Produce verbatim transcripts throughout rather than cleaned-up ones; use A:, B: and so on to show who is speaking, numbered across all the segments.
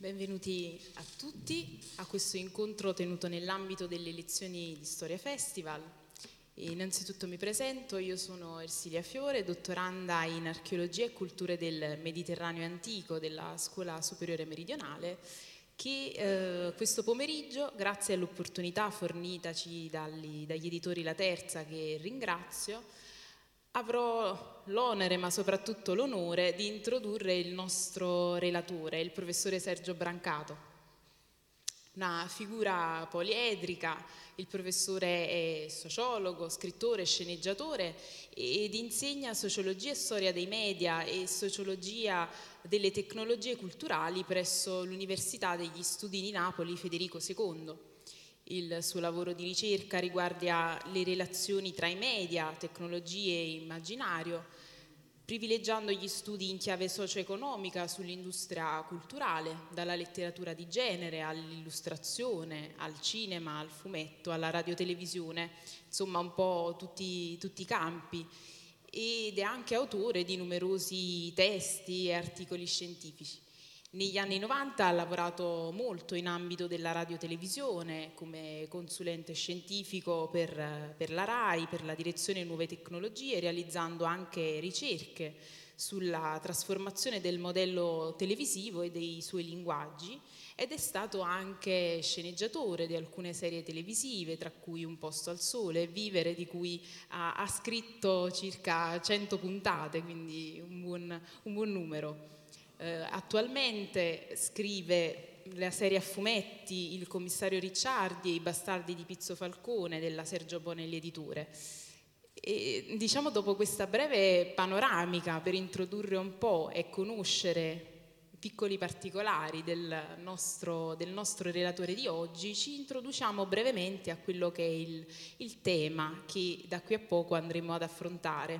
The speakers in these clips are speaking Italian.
A: Benvenuti a tutti a questo incontro tenuto nell'ambito delle lezioni di Storia Festival. E innanzitutto mi presento, io sono Ersilia Fiore, dottoranda in Archeologia e Culture del Mediterraneo Antico della Scuola Superiore Meridionale, che eh, questo pomeriggio, grazie all'opportunità fornitaci dagli, dagli editori La Terza, che ringrazio, avrò l'onere, ma soprattutto l'onore, di introdurre il nostro relatore, il professore Sergio Brancato. Una figura poliedrica, il professore è sociologo, scrittore, sceneggiatore ed insegna sociologia e storia dei media e sociologia delle tecnologie culturali presso l'Università degli Studi di Napoli Federico secondo. Il suo lavoro di ricerca riguarda le relazioni tra i media, tecnologie e immaginario, privilegiando gli studi in chiave socio-economica sull'industria culturale, dalla letteratura di genere all'illustrazione, al cinema, al fumetto, alla radiotelevisione, insomma un po' tutti, tutti i campi, ed è anche autore di numerosi testi e articoli scientifici. Negli anni novanta ha lavorato molto in ambito della radiotelevisione come consulente scientifico per, per la RAI, per la direzione Nuove Tecnologie, realizzando anche ricerche sulla trasformazione del modello televisivo e dei suoi linguaggi, ed è stato anche sceneggiatore di alcune serie televisive, tra cui Un posto al sole e Vivere, di cui ha, ha scritto circa cento puntate, quindi un buon, un buon numero. Eh, attualmente scrive la serie a fumetti Il commissario Ricciardi e I bastardi di Pizzo Falcone della Sergio Bonelli Editore. E, diciamo, dopo questa breve panoramica per introdurre un po' e conoscere piccoli particolari del nostro, del nostro relatore di oggi, ci introduciamo brevemente a quello che è il, il tema che da qui a poco andremo ad affrontare.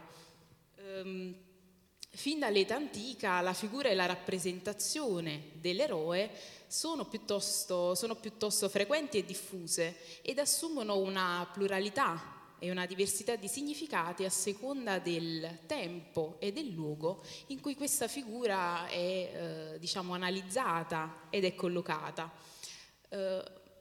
A: Um, Fin dall'età antica la figura e la rappresentazione dell'eroe sono piuttosto, sono piuttosto frequenti e diffuse ed assumono una pluralità e una diversità di significati a seconda del tempo e del luogo in cui questa figura è eh, diciamo, analizzata ed è collocata. Eh,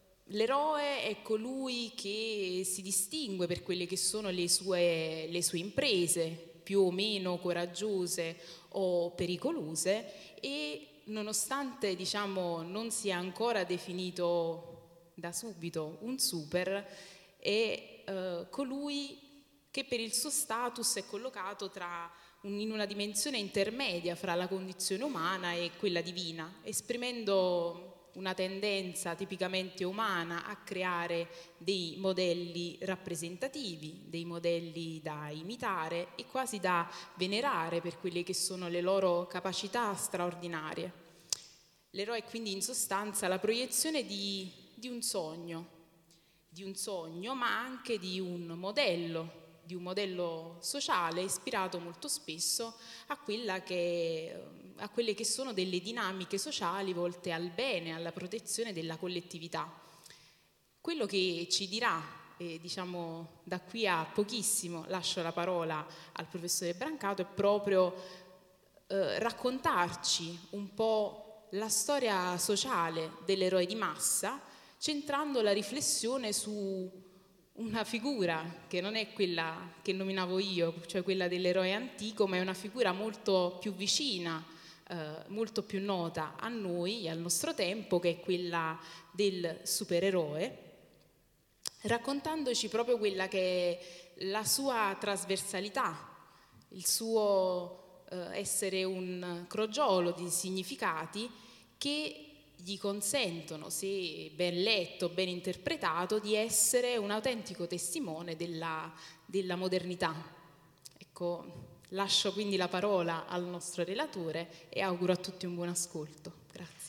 A: L'eroe è colui che si distingue per quelle che sono le sue, le sue imprese, più o meno coraggiose o pericolose, e nonostante diciamo, non sia ancora definito da subito un super, è eh, colui che per il suo status è collocato tra un, in una dimensione intermedia fra la condizione umana e quella divina, esprimendo una tendenza tipicamente umana a creare dei modelli rappresentativi, dei modelli da imitare e quasi da venerare per quelle che sono le loro capacità straordinarie. L'eroe è quindi in sostanza la proiezione di, di un sogno, di un sogno, ma anche di un modello, di un modello sociale ispirato molto spesso a, quella che, a quelle che sono delle dinamiche sociali volte al bene, alla protezione della collettività. Quello che ci dirà, e diciamo da qui a pochissimo lascio la parola al professore Brancato, è proprio eh, raccontarci un po' la storia sociale dell'eroe di massa, centrando la riflessione su una figura che non è quella che nominavo io, cioè quella dell'eroe antico, ma è una figura molto più vicina, eh, molto più nota a noi e al nostro tempo, che è quella del supereroe, raccontandoci proprio quella che è la sua trasversalità, il suo eh, essere un crogiolo di significati che gli consentono, se ben letto, ben interpretato, di essere un autentico testimone della, della modernità. Ecco, lascio quindi la parola al nostro relatore e auguro a tutti un buon ascolto. Grazie.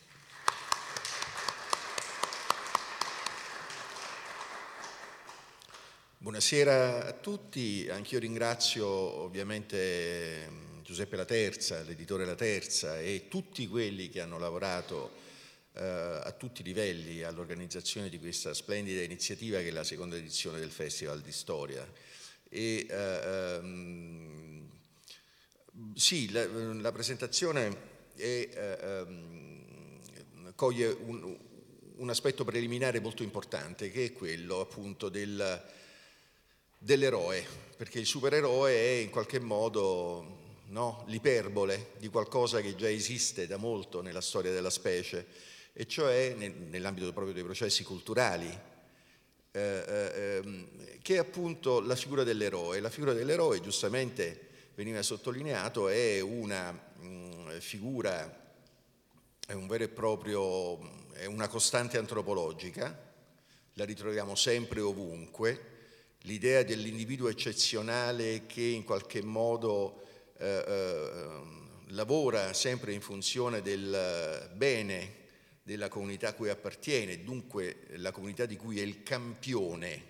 B: Buonasera a tutti, anch'io ringrazio ovviamente Giuseppe La Terza, l'editore La Terza, e tutti quelli che hanno lavorato eh, a tutti i livelli all'organizzazione di questa splendida iniziativa che è la seconda edizione del Festival di Storia. E, eh, um, sì, la, la presentazione è eh, um, coglie un, un aspetto preliminare molto importante, che è quello appunto del, dell'eroe, perché il supereroe è in qualche modo, no, l'iperbole di qualcosa che già esiste da molto nella storia della specie, e cioè nel, nell'ambito proprio dei processi culturali, eh, eh, che è appunto la figura dell'eroe. La figura dell'eroe, giustamente veniva sottolineato, è una mh, figura, è un vero e proprio, è una costante antropologica, la ritroviamo sempre ovunque, l'idea dell'individuo eccezionale che in qualche modo eh, eh, lavora sempre in funzione del bene della comunità a cui appartiene, dunque la comunità di cui è il campione.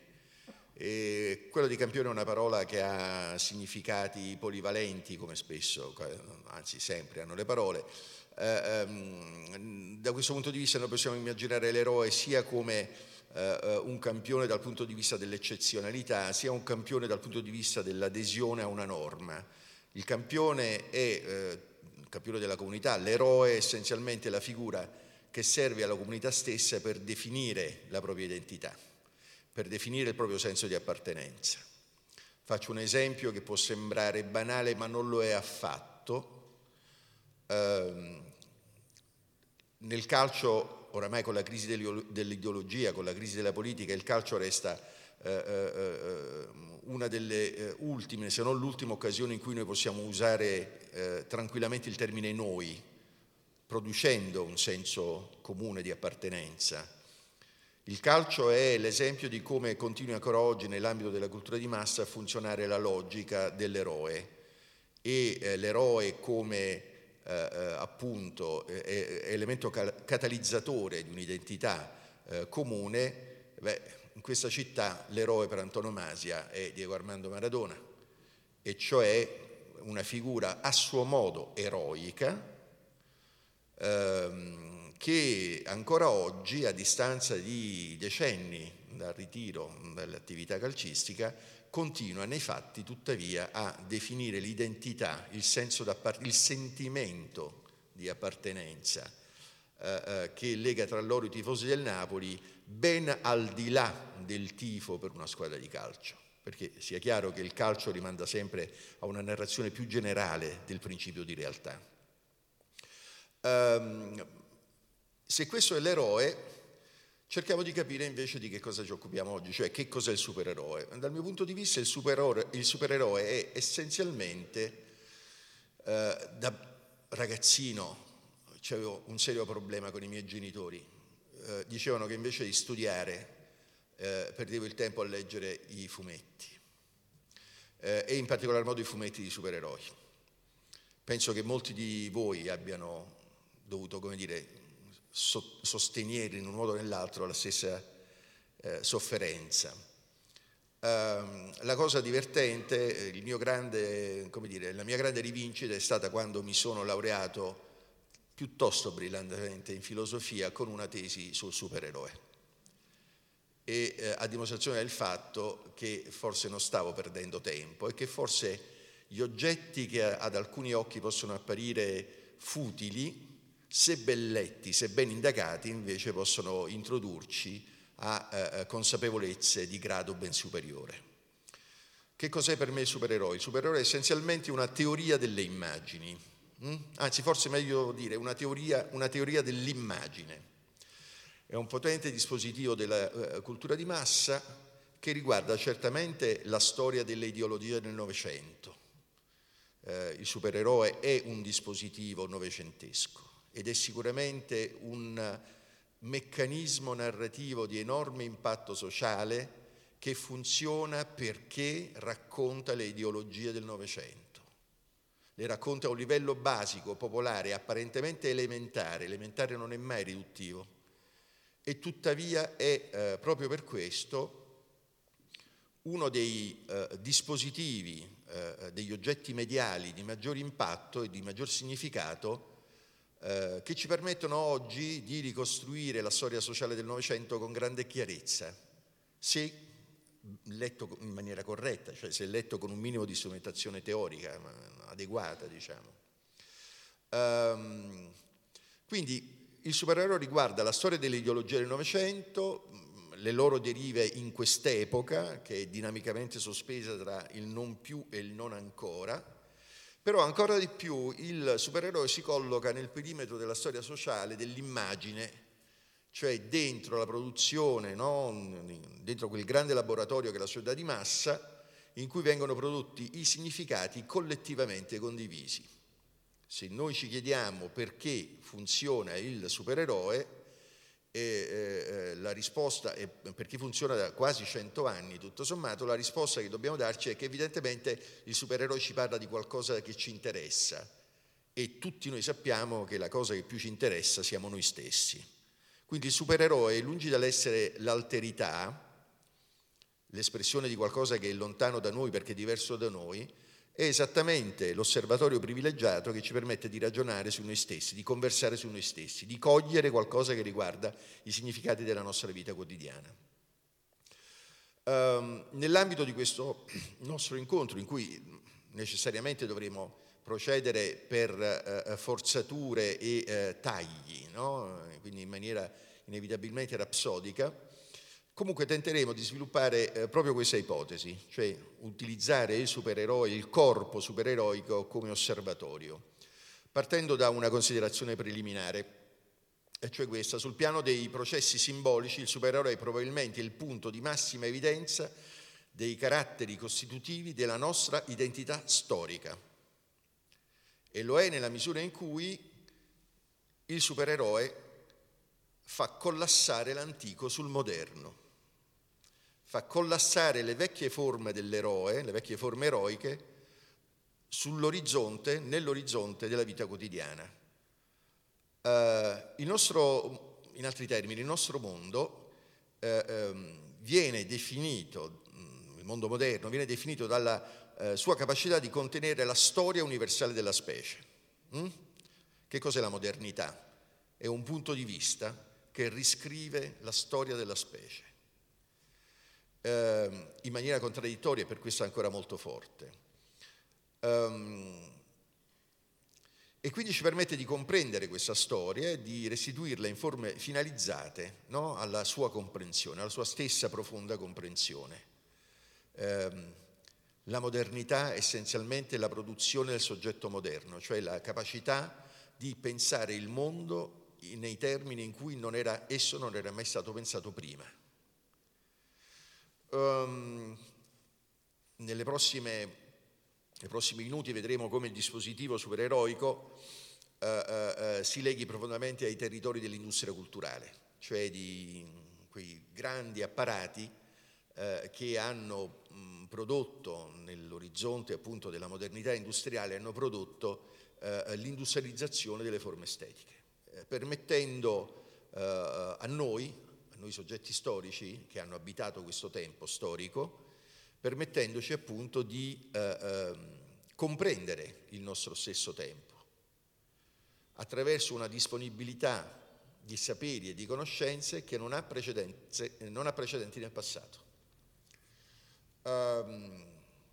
B: E quello di campione è una parola che ha significati polivalenti, come spesso, anzi sempre hanno le parole. Eh, ehm, da questo punto di vista noi possiamo immaginare l'eroe sia come eh, un campione dal punto di vista dell'eccezionalità, sia un campione dal punto di vista dell'adesione a una norma. Il campione è eh, il campione della comunità, l'eroe è essenzialmente la figura che serve alla comunità stessa per definire la propria identità, per definire il proprio senso di appartenenza. Faccio un esempio che può sembrare banale, ma non lo è affatto. Eh, nel calcio, oramai con la crisi dell'ideologia, con la crisi della politica, il calcio resta eh, eh, una delle eh, ultime, se non l'ultima occasione in cui noi possiamo usare eh, tranquillamente il termine noi, producendo un senso comune di appartenenza. Il calcio è l'esempio di come continui ancora oggi nell'ambito della cultura di massa a funzionare la logica dell'eroe, e eh, l'eroe come eh, appunto eh, elemento catalizzatore di un'identità eh, comune. Beh, in questa città l'eroe per antonomasia è Diego Armando Maradona, e cioè una figura a suo modo eroica, ehm, che ancora oggi, a distanza di decenni dal ritiro dall'attività calcistica, continua nei fatti tuttavia a definire l'identità, il senso il sentimento di appartenenza eh, eh, che lega tra loro i tifosi del Napoli, ben al di là del tifo per una squadra di calcio, perché sia chiaro che il calcio rimanda sempre a una narrazione più generale del principio di realtà. Um, se questo è l'eroe, cerchiamo di capire invece di che cosa ci occupiamo oggi, cioè che cos'è il supereroe. Dal mio punto di vista il supereroe, il supereroe è essenzialmente, eh, da ragazzino avevo un serio problema con i miei genitori, eh, dicevano che invece di studiare eh, perdevo il tempo a leggere i fumetti, eh, e in particolar modo i fumetti di supereroi. Penso che molti di voi abbiano dovuto, come dire, so- sostenere in un modo o nell'altro la stessa eh, sofferenza. Uh, la cosa divertente, il mio grande, come dire, la mia grande rivincita è stata quando mi sono laureato piuttosto brillantemente in filosofia con una tesi sul supereroe, e eh, a dimostrazione del fatto che forse non stavo perdendo tempo e che forse gli oggetti che ad alcuni occhi possono apparire futili, se ben letti, se ben indagati, invece possono introdurci a eh, consapevolezze di grado ben superiore. Che cos'è per me il supereroe? Il supereroe è essenzialmente una teoria delle immagini, hm? anzi forse meglio dire una teoria, una teoria dell'immagine. È un potente dispositivo della eh, cultura di massa che riguarda certamente la storia delle ideologie del Novecento. Eh, il supereroe è un dispositivo novecentesco ed è sicuramente un meccanismo narrativo di enorme impatto sociale che funziona perché racconta le ideologie del Novecento. Le racconta a un livello basico, popolare, apparentemente elementare. Elementare non è mai riduttivo. E tuttavia è eh, proprio per questo uno dei eh, dispositivi, eh, degli oggetti mediali di maggior impatto e di maggior significato eh, che ci permettono oggi di ricostruire la storia sociale del Novecento con grande chiarezza, se letto in maniera corretta, cioè se letto con un minimo di strumentazione teorica adeguata, diciamo. Um, quindi il supereroe riguarda la storia delle ideologie del Novecento, le loro derive in quest'epoca, che è dinamicamente sospesa tra il non più e il non ancora, però ancora di più il supereroe si colloca nel perimetro della storia sociale, dell'immagine, cioè dentro la produzione, no? Dentro quel grande laboratorio che è la società di massa, in cui vengono prodotti i significati collettivamente condivisi. Se noi ci chiediamo perché funziona il supereroe, e, eh, la risposta è perché funziona da quasi cento anni, tutto sommato, la risposta che dobbiamo darci è che evidentemente il supereroe ci parla di qualcosa che ci interessa, e tutti noi sappiamo che la cosa che più ci interessa siamo noi stessi. Quindi il supereroe, lungi dall'essere l'alterità, l'espressione di qualcosa che è lontano da noi perché è diverso da noi, è esattamente l'osservatorio privilegiato che ci permette di ragionare su noi stessi, di conversare su noi stessi, di cogliere qualcosa che riguarda i significati della nostra vita quotidiana. Um, nell'ambito di questo nostro incontro, in cui necessariamente dovremo procedere per eh, forzature e eh, tagli, no? Quindi in maniera inevitabilmente rapsodica, comunque tenteremo di sviluppare eh, proprio questa ipotesi, cioè utilizzare il supereroe, il corpo supereroico come osservatorio, partendo da una considerazione preliminare, e cioè questa: sul piano dei processi simbolici il supereroe è probabilmente il punto di massima evidenza dei caratteri costitutivi della nostra identità storica, e lo è nella misura in cui il supereroe fa collassare l'antico sul moderno, fa collassare le vecchie forme dell'eroe, le vecchie forme eroiche, sull'orizzonte, nell'orizzonte della vita quotidiana. Uh, il nostro, in altri termini, il nostro mondo uh, um, viene definito, um, il mondo moderno viene definito dalla uh, sua capacità di contenere la storia universale della specie. Mm? Che cos'è la modernità? È un punto di vista che riscrive la storia della specie uh, in maniera contraddittoria, e per questo ancora molto forte. Um, E quindi ci permette di comprendere questa storia e di restituirla in forme finalizzate, no? Alla sua comprensione, alla sua stessa profonda comprensione. Eh, la modernità è essenzialmente la produzione del soggetto moderno, cioè la capacità di pensare il mondo nei termini in cui non era, esso non era mai stato pensato prima. Um, nelle prossime... Nei prossimi minuti vedremo come il dispositivo supereroico eh, eh, si leghi profondamente ai territori dell'industria culturale, cioè di quei grandi apparati eh, che hanno mh, prodotto nell'orizzonte appunto della modernità industriale, hanno prodotto eh, l'industrializzazione delle forme estetiche, eh, permettendo eh, a noi, a noi soggetti storici che hanno abitato questo tempo storico, permettendoci appunto di eh, eh, comprendere il nostro stesso tempo attraverso una disponibilità di saperi e di conoscenze che non ha, non ha precedenti nel passato. Um,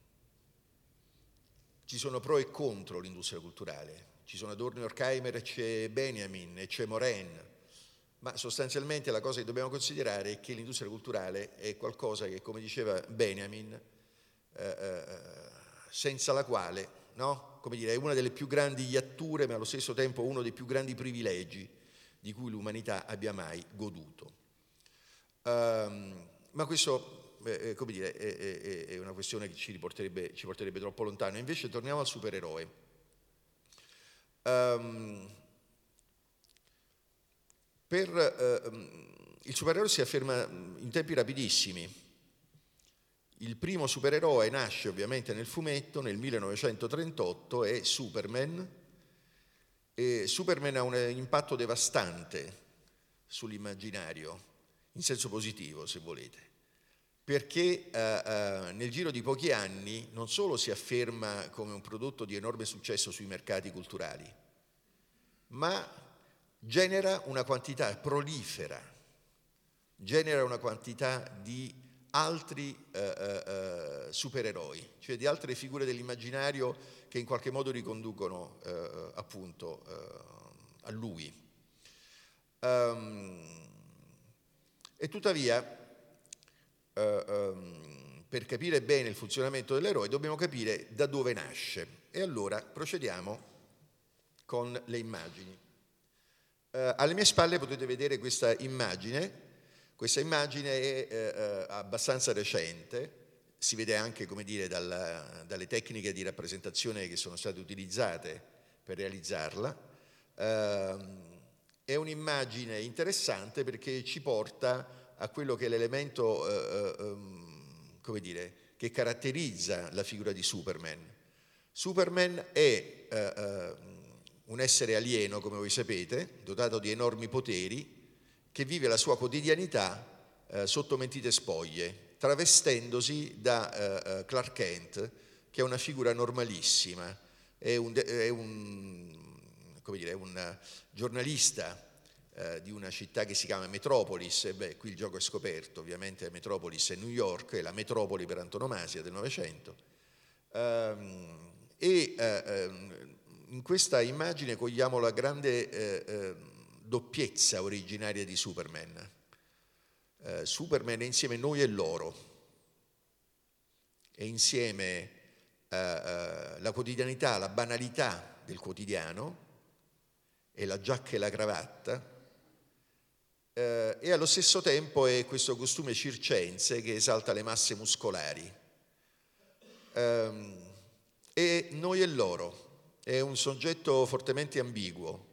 B: ci sono pro e contro l'industria culturale, ci sono Adorno e Horkheimer, e c'è Benjamin e c'è Morin, ma sostanzialmente la cosa che dobbiamo considerare è che l'industria culturale è qualcosa che, come diceva Benjamin, eh, eh, senza la quale, no? Come dire, è una delle più grandi iatture, ma allo stesso tempo uno dei più grandi privilegi di cui l'umanità abbia mai goduto. Um, ma questo, eh, come dire, è, è, è una questione che ci riporterebbe, ci porterebbe troppo lontano. Invece torniamo al supereroe. Um, Per, eh, il supereroe si afferma in tempi rapidissimi. Il primo supereroe nasce ovviamente nel fumetto nel millenovecentotrentotto, è Superman, e Superman ha un impatto devastante sull'immaginario, in senso positivo se volete, perché eh, eh, nel giro di pochi anni non solo si afferma come un prodotto di enorme successo sui mercati culturali, ma genera una quantità, prolifera, genera una quantità di altri eh, eh, supereroi, cioè di altre figure dell'immaginario che in qualche modo riconducono eh, appunto eh, a lui. Um, e tuttavia, uh, um, per capire bene il funzionamento dell'eroe dobbiamo capire da dove nasce. E allora procediamo con le immagini. Uh, alle mie spalle potete vedere questa immagine. Questa immagine è uh, abbastanza recente, si vede anche, come dire, dalla, dalle tecniche di rappresentazione che sono state utilizzate per realizzarla. Uh, È un'immagine interessante perché ci porta a quello che è l'elemento, eh, eh, come dire, che caratterizza la figura di Superman. Superman è eh, eh, un essere alieno, come voi sapete, dotato di enormi poteri, che vive la sua quotidianità eh, sotto mentite spoglie, travestendosi da eh, Clark Kent, che è una figura normalissima, è un... È un come dire, un giornalista eh, di una città che si chiama Metropolis, e beh, qui il gioco è scoperto, ovviamente Metropolis è New York, è la metropoli per antonomasia del Novecento, um, e uh, in questa immagine cogliamo la grande uh, uh, doppiezza originaria di Superman. Uh, Superman è insieme noi e loro, è insieme uh, uh, la quotidianità, la banalità del quotidiano, e la giacca e la cravatta, eh, e allo stesso tempo è questo costume circense che esalta le masse muscolari. Um, e noi e loro, è un soggetto fortemente ambiguo,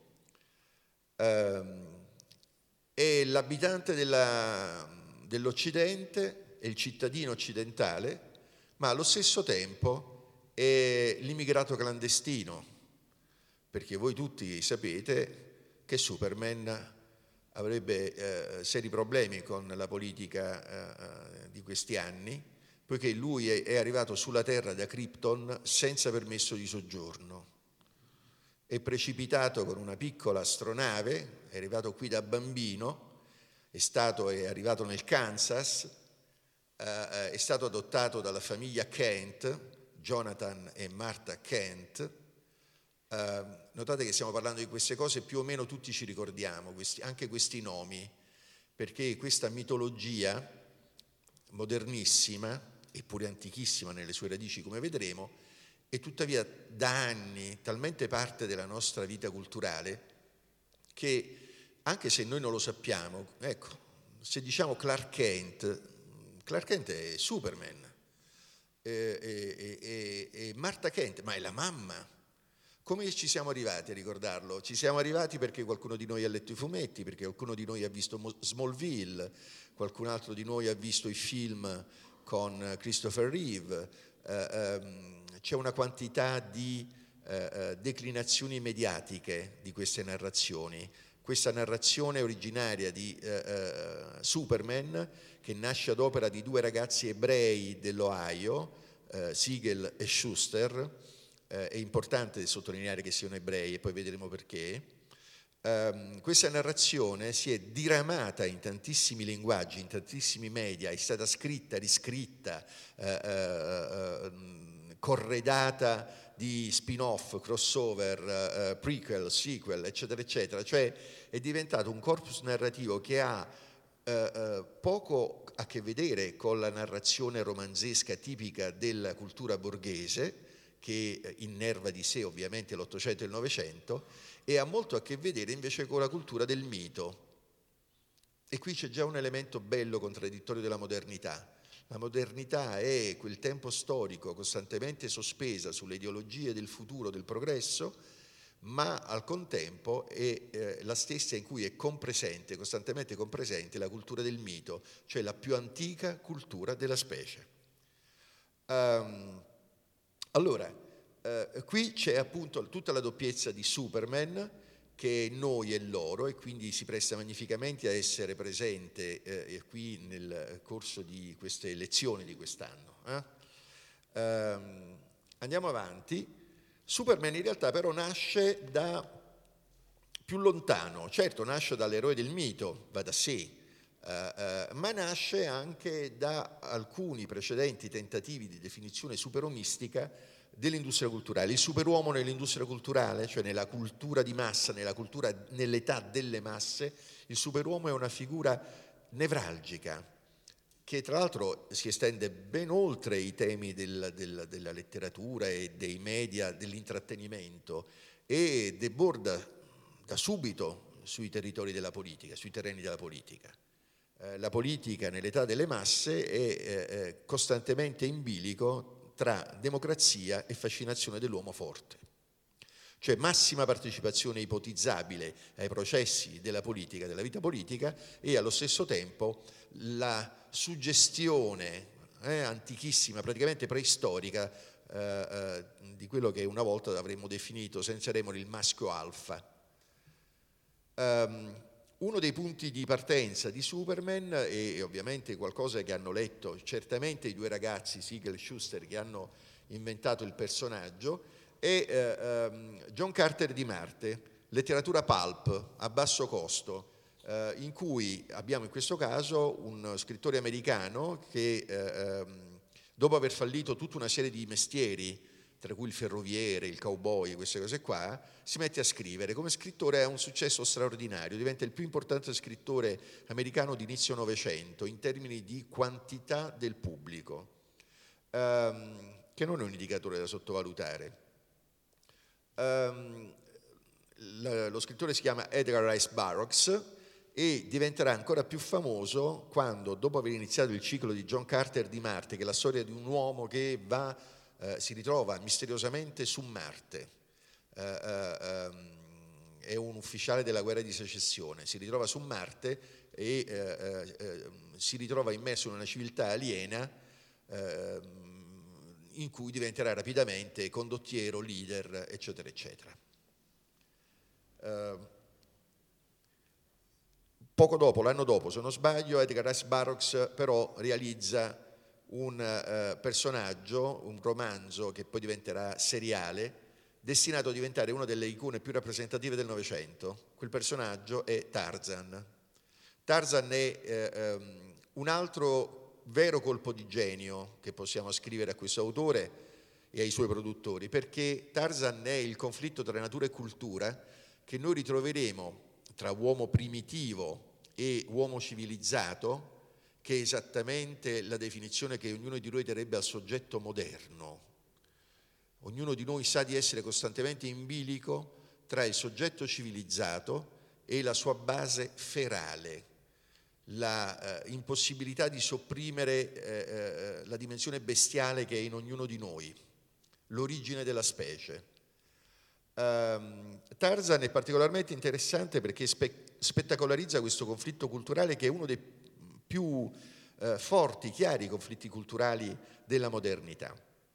B: um, è l'abitante della, dell'Occidente, è il cittadino occidentale, ma allo stesso tempo è l'immigrato clandestino, perché voi tutti sapete che Superman avrebbe eh, seri problemi con la politica eh, di questi anni, poiché lui è, è arrivato sulla Terra da Krypton senza permesso di soggiorno. È precipitato con una piccola astronave, è arrivato qui da bambino, è, stato, è arrivato nel Kansas, eh, è stato adottato dalla famiglia Kent, Jonathan e Martha Kent. Uh, notate che stiamo parlando di queste cose, più o meno tutti ci ricordiamo, questi, anche questi nomi, perché questa mitologia modernissima, eppure antichissima nelle sue radici, come vedremo, è tuttavia da anni talmente parte della nostra vita culturale che, anche se noi non lo sappiamo, ecco, se diciamo Clark Kent, Clark Kent è Superman, e, e, e, e Martha Kent, ma è la mamma. Come ci siamo arrivati a ricordarlo? Ci siamo arrivati perché qualcuno di noi ha letto i fumetti, perché qualcuno di noi ha visto Smallville, qualcun altro di noi ha visto i film con Christopher Reeve. Eh, ehm, c'è una quantità di eh, declinazioni mediatiche di queste narrazioni. Questa narrazione originaria di eh, eh, Superman, che nasce ad opera di due ragazzi ebrei dell'Ohio, eh, Siegel e Schuster. Eh, è importante sottolineare che siano ebrei e poi vedremo perché. Um, questa narrazione si è diramata in tantissimi linguaggi, in tantissimi media, è stata scritta, riscritta, eh, eh, corredata di spin-off, crossover, eh, prequel, sequel, eccetera, eccetera. Cioè è diventato un corpus narrativo che ha eh, eh, poco a che vedere con la narrazione romanzesca tipica della cultura borghese, che innerva di sé ovviamente l'Ottocento e il Novecento, e ha molto a che vedere invece con la cultura del mito. E qui c'è già un elemento bello contraddittorio della modernità. La modernità è quel tempo storico costantemente sospesa sulle ideologie del futuro, del progresso, ma al contempo è eh, la stessa in cui è compresente, costantemente compresente, la cultura del mito, cioè la più antica cultura della specie. Um, Allora, eh, qui c'è appunto tutta la doppiezza di Superman, che è noi e loro, e quindi si presta magnificamente a essere presente eh, qui nel corso di queste lezioni di quest'anno. Eh? Um, andiamo avanti. Superman in realtà però nasce da più lontano, certo nasce dall'eroe del mito, va da sé, eh, eh, ma nasce anche da alcuni precedenti tentativi di definizione superomistica dell'industria culturale. Il superuomo nell'industria culturale, cioè nella cultura di massa, nella cultura, nell'età delle masse, il superuomo è una figura nevralgica, che tra l'altro si estende ben oltre i temi del, del, della letteratura e dei media, dell'intrattenimento, e deborda da subito sui territori della politica, sui terreni della politica. Eh, la politica nell'età delle masse è eh, costantemente in bilico tra democrazia e fascinazione dell'uomo forte. Cioè massima partecipazione ipotizzabile ai processi della politica, della vita politica, e allo stesso tempo la suggestione eh, antichissima, praticamente preistorica, eh, eh, di quello che una volta avremmo definito senza remore il maschio alfa. Um, uno dei punti di partenza di Superman, e, e ovviamente qualcosa che hanno letto certamente i due ragazzi, Siegel e Shuster, che hanno inventato il personaggio, è eh, um, John Carter di Marte, letteratura pulp a basso costo, eh, in cui abbiamo in questo caso un scrittore americano che eh, dopo aver fallito tutta una serie di mestieri, tra cui il ferroviere, il cowboy, queste cose qua, si mette a scrivere. Come scrittore ha un successo straordinario, diventa il più importante scrittore americano di inizio Novecento in termini di quantità del pubblico, ehm, che non è un indicatore da sottovalutare. Um, lo scrittore si chiama Edgar Rice Burroughs e diventerà ancora più famoso quando, dopo aver iniziato il ciclo di John Carter di Marte, che è la storia di un uomo che va, eh, si ritrova misteriosamente su Marte, eh, eh, um, è un ufficiale della guerra di secessione, si ritrova su Marte e eh, eh, si ritrova immerso in una civiltà aliena, eh, in cui diventerà rapidamente condottiero, leader, eccetera, eccetera. Uh, poco dopo, l'anno dopo, se non sbaglio, Edgar Rice Burroughs però realizza un uh, personaggio, un romanzo che poi diventerà seriale, destinato a diventare una delle icone più rappresentative del Novecento. Quel personaggio è Tarzan. Tarzan è eh, um, un altro vero colpo di genio che possiamo ascrivere a questo autore e ai suoi produttori, perché Tarzan è il conflitto tra natura e cultura che noi ritroveremo tra uomo primitivo e uomo civilizzato, che è esattamente la definizione che ognuno di noi darebbe al soggetto moderno. Ognuno di noi sa di essere costantemente in bilico tra il soggetto civilizzato e la sua base ferale, la eh, impossibilità di sopprimere eh, eh, la dimensione bestiale che è in ognuno di noi, l'origine della specie. Um, Tarzan è particolarmente interessante perché spe- spettacolarizza questo conflitto culturale che è uno dei più eh, forti, chiari conflitti culturali della modernità.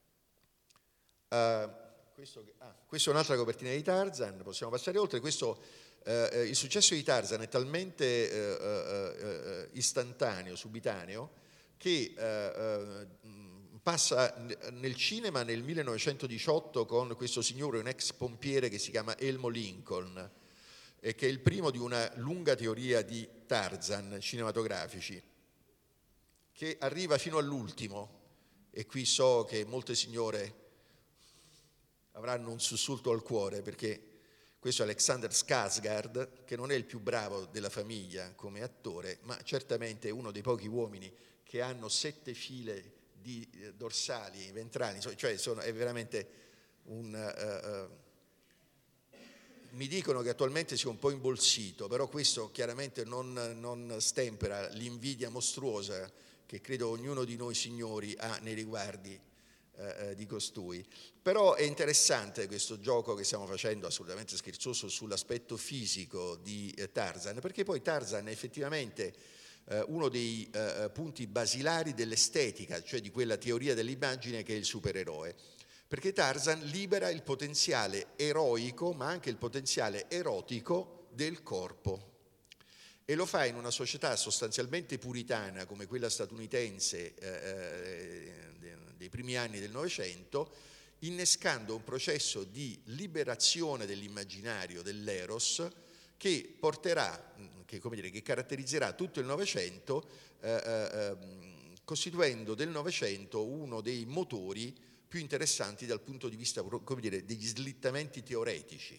B: Uh, questo, ah, questa è un'altra copertina di Tarzan, possiamo passare oltre. Questo Uh, il successo di Tarzan è talmente uh, uh, uh, istantaneo, subitaneo, che uh, uh, passa nel cinema nel millenovecentodiciotto con questo signore, un ex pompiere che si chiama Elmo Lincoln, e che è il primo di una lunga teoria di Tarzan cinematografici, che arriva fino all'ultimo, e qui so che molte signore avranno un sussulto al cuore, perché questo è Alexander Skarsgård, che non è il più bravo della famiglia come attore, ma certamente è uno dei pochi uomini che hanno sette file di dorsali, ventrali, cioè sono, è veramente un... Uh, uh, mi dicono che attualmente sia un po' imbolsito, però questo chiaramente non, non stempera l'invidia mostruosa che credo ognuno di noi signori ha nei riguardi Eh, di costui. Però è interessante questo gioco che stiamo facendo, assolutamente scherzoso, sull'aspetto fisico di eh, Tarzan, perché poi Tarzan è effettivamente eh, uno dei eh, punti basilari dell'estetica, cioè di quella teoria dell'immagine che è il supereroe, perché Tarzan libera il potenziale eroico ma anche il potenziale erotico del corpo, e lo fa in una società sostanzialmente puritana come quella statunitense eh, dei primi anni del Novecento, innescando un processo di liberazione dell'immaginario, dell'eros, che porterà, che, come dire, che caratterizzerà tutto il Novecento, eh, eh, costituendo del Novecento uno dei motori più interessanti dal punto di vista, come dire, degli slittamenti teoretici.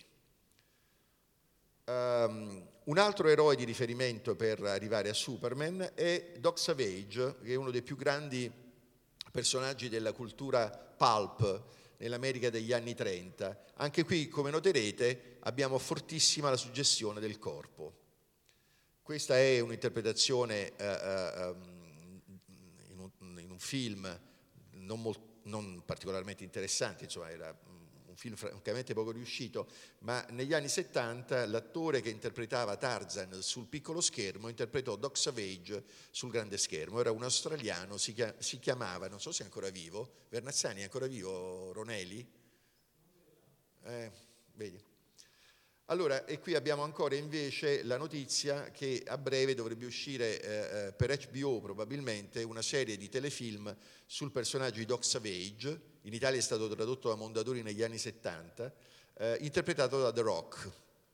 B: Um, un altro eroe di riferimento per arrivare a Superman è Doc Savage, che è uno dei più grandi personaggi della cultura pulp nell'America degli anni trenta. Anche qui, come noterete, abbiamo fortissima la suggestione del corpo. Questa è un'interpretazione uh, uh, in, un, in un film non, molto, non particolarmente interessante, insomma era un film francamente poco riuscito, ma negli anni settanta l'attore che interpretava Tarzan sul piccolo schermo interpretò Doc Savage sul grande schermo. Era un australiano, si chiamava, non so se è ancora vivo, Vernazzani è ancora vivo, Ronelli? Eh, vedi. Allora, e qui abbiamo ancora invece la notizia che a breve dovrebbe uscire eh, per H B O probabilmente una serie di telefilm sul personaggio di Doc Savage, in Italia è stato tradotto da Mondadori negli anni settanta, eh, interpretato da The Rock.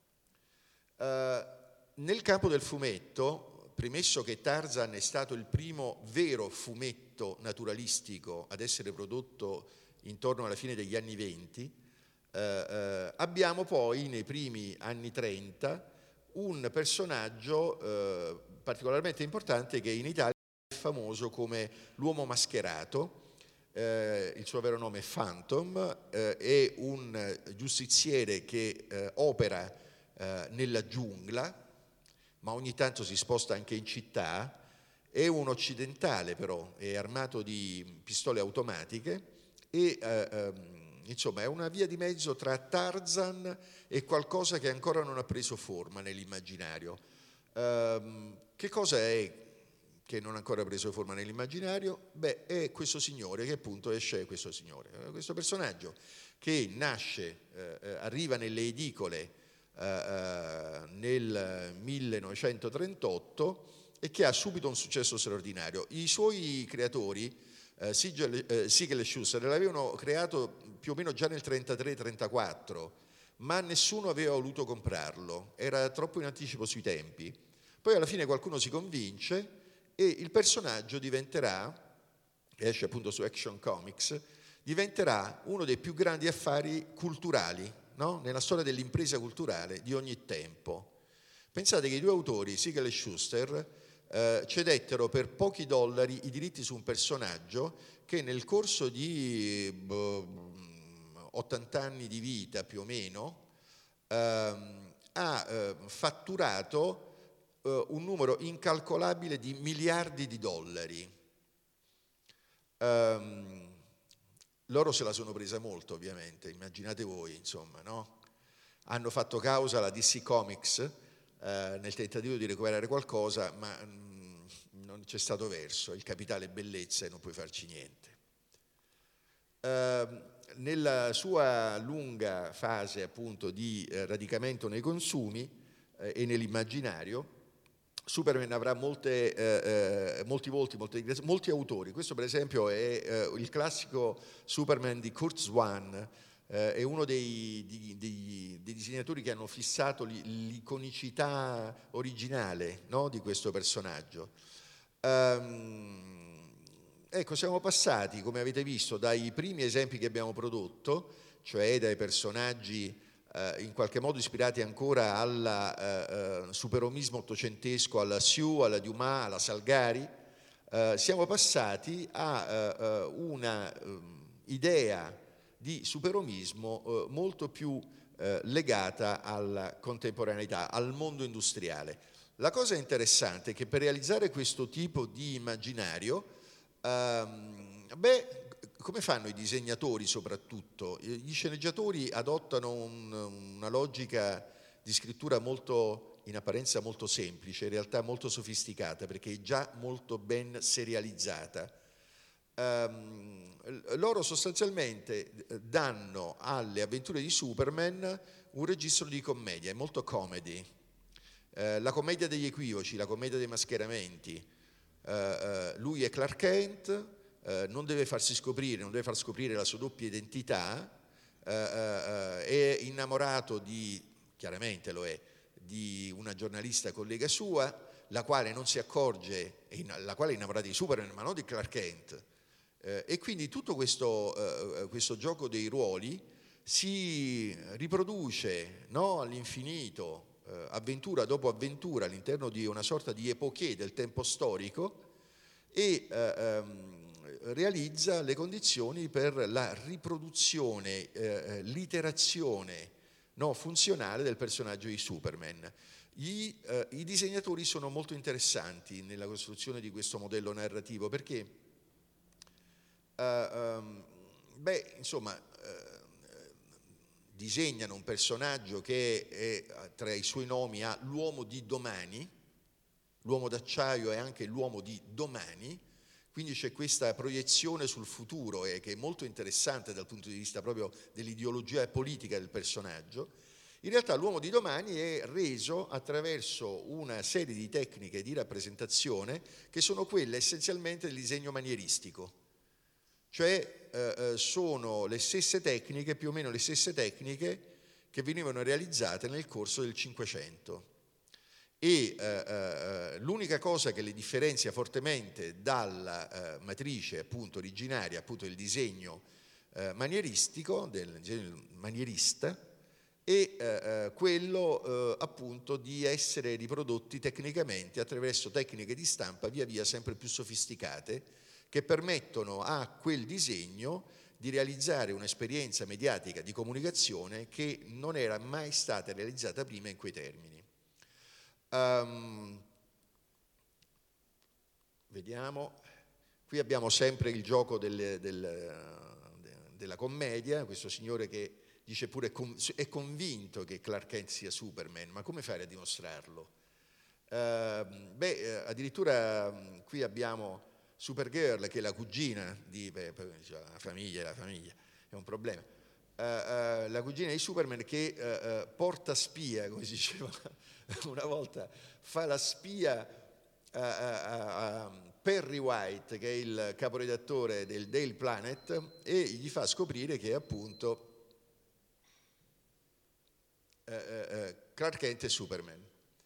B: Eh, nel campo del fumetto, premesso che Tarzan è stato il primo vero fumetto naturalistico ad essere prodotto intorno alla fine degli anni venti, Uh, uh, abbiamo poi nei primi anni trenta un personaggio uh, particolarmente importante che in Italia è famoso come l'uomo mascherato, uh, il suo vero nome è Phantom, uh, è un giustiziere che uh, opera uh, nella giungla, ma ogni tanto si sposta anche in città, è un occidentale però, è armato di pistole automatiche e uh, um, insomma, è una via di mezzo tra Tarzan e qualcosa che ancora non ha preso forma nell'immaginario. Um, che cosa è che non ha ancora preso forma nell'immaginario? Beh, è questo signore che appunto esce, questo signore, questo personaggio che nasce, eh, arriva nelle edicole eh, nel millenovecentotrentotto e che ha subito un successo straordinario. I suoi creatori, Uh, Siegel, uh, Siegel e Schuster l'avevano creato più o meno già nel trentatré trentaquattro, ma nessuno aveva voluto comprarlo, era troppo in anticipo sui tempi. Poi alla fine qualcuno si convince e il personaggio diventerà, esce appunto su Action Comics, diventerà uno dei più grandi affari culturali, no? Nella storia dell'impresa culturale di ogni tempo. Pensate che i due autori, Siegel e Schuster, Uh, cedettero per pochi dollari i diritti su un personaggio che nel corso di boh, ottanta anni di vita più o meno uh, ha uh, fatturato uh, un numero incalcolabile di miliardi di dollari. Um, loro se la sono presa molto, ovviamente, immaginate voi, insomma, no? Hanno fatto causa alla D C Comics Uh, nel tentativo di recuperare qualcosa, ma mh, non c'è stato verso, il capitale è bellezza e non puoi farci niente. Uh, nella sua lunga fase appunto di eh, radicamento nei consumi eh, e nell'immaginario, Superman avrà molte, eh, eh, molti volti, molte, molti autori. Questo per esempio è eh, il classico Superman di Kurt Swan, Uh, è uno dei, dei, dei, dei disegnatori che hanno fissato l'iconicità originale, no, di questo personaggio. Um, ecco, siamo passati, come avete visto, dai primi esempi che abbiamo prodotto, cioè dai personaggi uh, in qualche modo ispirati ancora al uh, uh, superomismo ottocentesco, alla Sue, alla Dumas, alla Salgari, uh, siamo passati a uh, uh, una um, idea di superomismo eh, molto più eh, legata alla contemporaneità, al mondo industriale. La cosa interessante è che per realizzare questo tipo di immaginario, ehm, beh, come fanno i disegnatori soprattutto? Gli sceneggiatori adottano un, una logica di scrittura molto, in apparenza molto semplice, in realtà molto sofisticata, perché è già molto ben serializzata. Um, loro sostanzialmente danno alle avventure di Superman un registro di commedia, è molto comedy, uh, la commedia degli equivoci, la commedia dei mascheramenti. Uh, uh, lui è Clark Kent, uh, non deve farsi scoprire, non deve far scoprire la sua doppia identità, uh, uh, uh, è innamorato di, chiaramente lo è, di una giornalista collega sua, la quale non si accorge, la quale è innamorata di Superman ma non di Clark Kent, eh, e quindi tutto questo, eh, questo gioco dei ruoli si riproduce, no, all'infinito, eh, avventura dopo avventura all'interno di una sorta di epoché del tempo storico, e eh, ehm, realizza le condizioni per la riproduzione, eh, l'iterazione, no, funzionale del personaggio di Superman. I, eh, I disegnatori sono molto interessanti nella costruzione di questo modello narrativo perché, uh, um, beh, insomma, uh, disegnano un personaggio che è, tra i suoi nomi ha l'uomo di domani, l'uomo d'acciaio è anche l'uomo di domani, quindi c'è questa proiezione sul futuro eh, che è molto interessante dal punto di vista proprio dell'ideologia politica del personaggio. In realtà l'uomo di domani è reso attraverso una serie di tecniche di rappresentazione che sono quelle essenzialmente del disegno manieristico, cioè eh, sono le stesse tecniche, più o meno le stesse tecniche che venivano realizzate nel corso del Cinquecento. E eh, eh, l'unica cosa che le differenzia fortemente dalla eh, matrice appunto originaria, appunto del disegno eh, manieristico, del disegno manierista, è eh, quello eh, appunto di essere riprodotti tecnicamente attraverso tecniche di stampa via via sempre più sofisticate che permettono a quel disegno di realizzare un'esperienza mediatica di comunicazione che non era mai stata realizzata prima in quei termini. Um, vediamo, qui abbiamo sempre il gioco del, del, della commedia, questo signore che dice pure è convinto che Clark Kent sia Superman, ma come fare a dimostrarlo? Uh, beh, addirittura qui abbiamo Supergirl che è la cugina di beh, la famiglia, la famiglia è un problema. Uh, uh, la cugina di Superman che uh, uh, porta spia, come si diceva una volta, fa la spia a, a, a Perry White, che è il caporedattore del Daily Planet, e gli fa scoprire che appunto uh, uh, Clark Kent è Superman.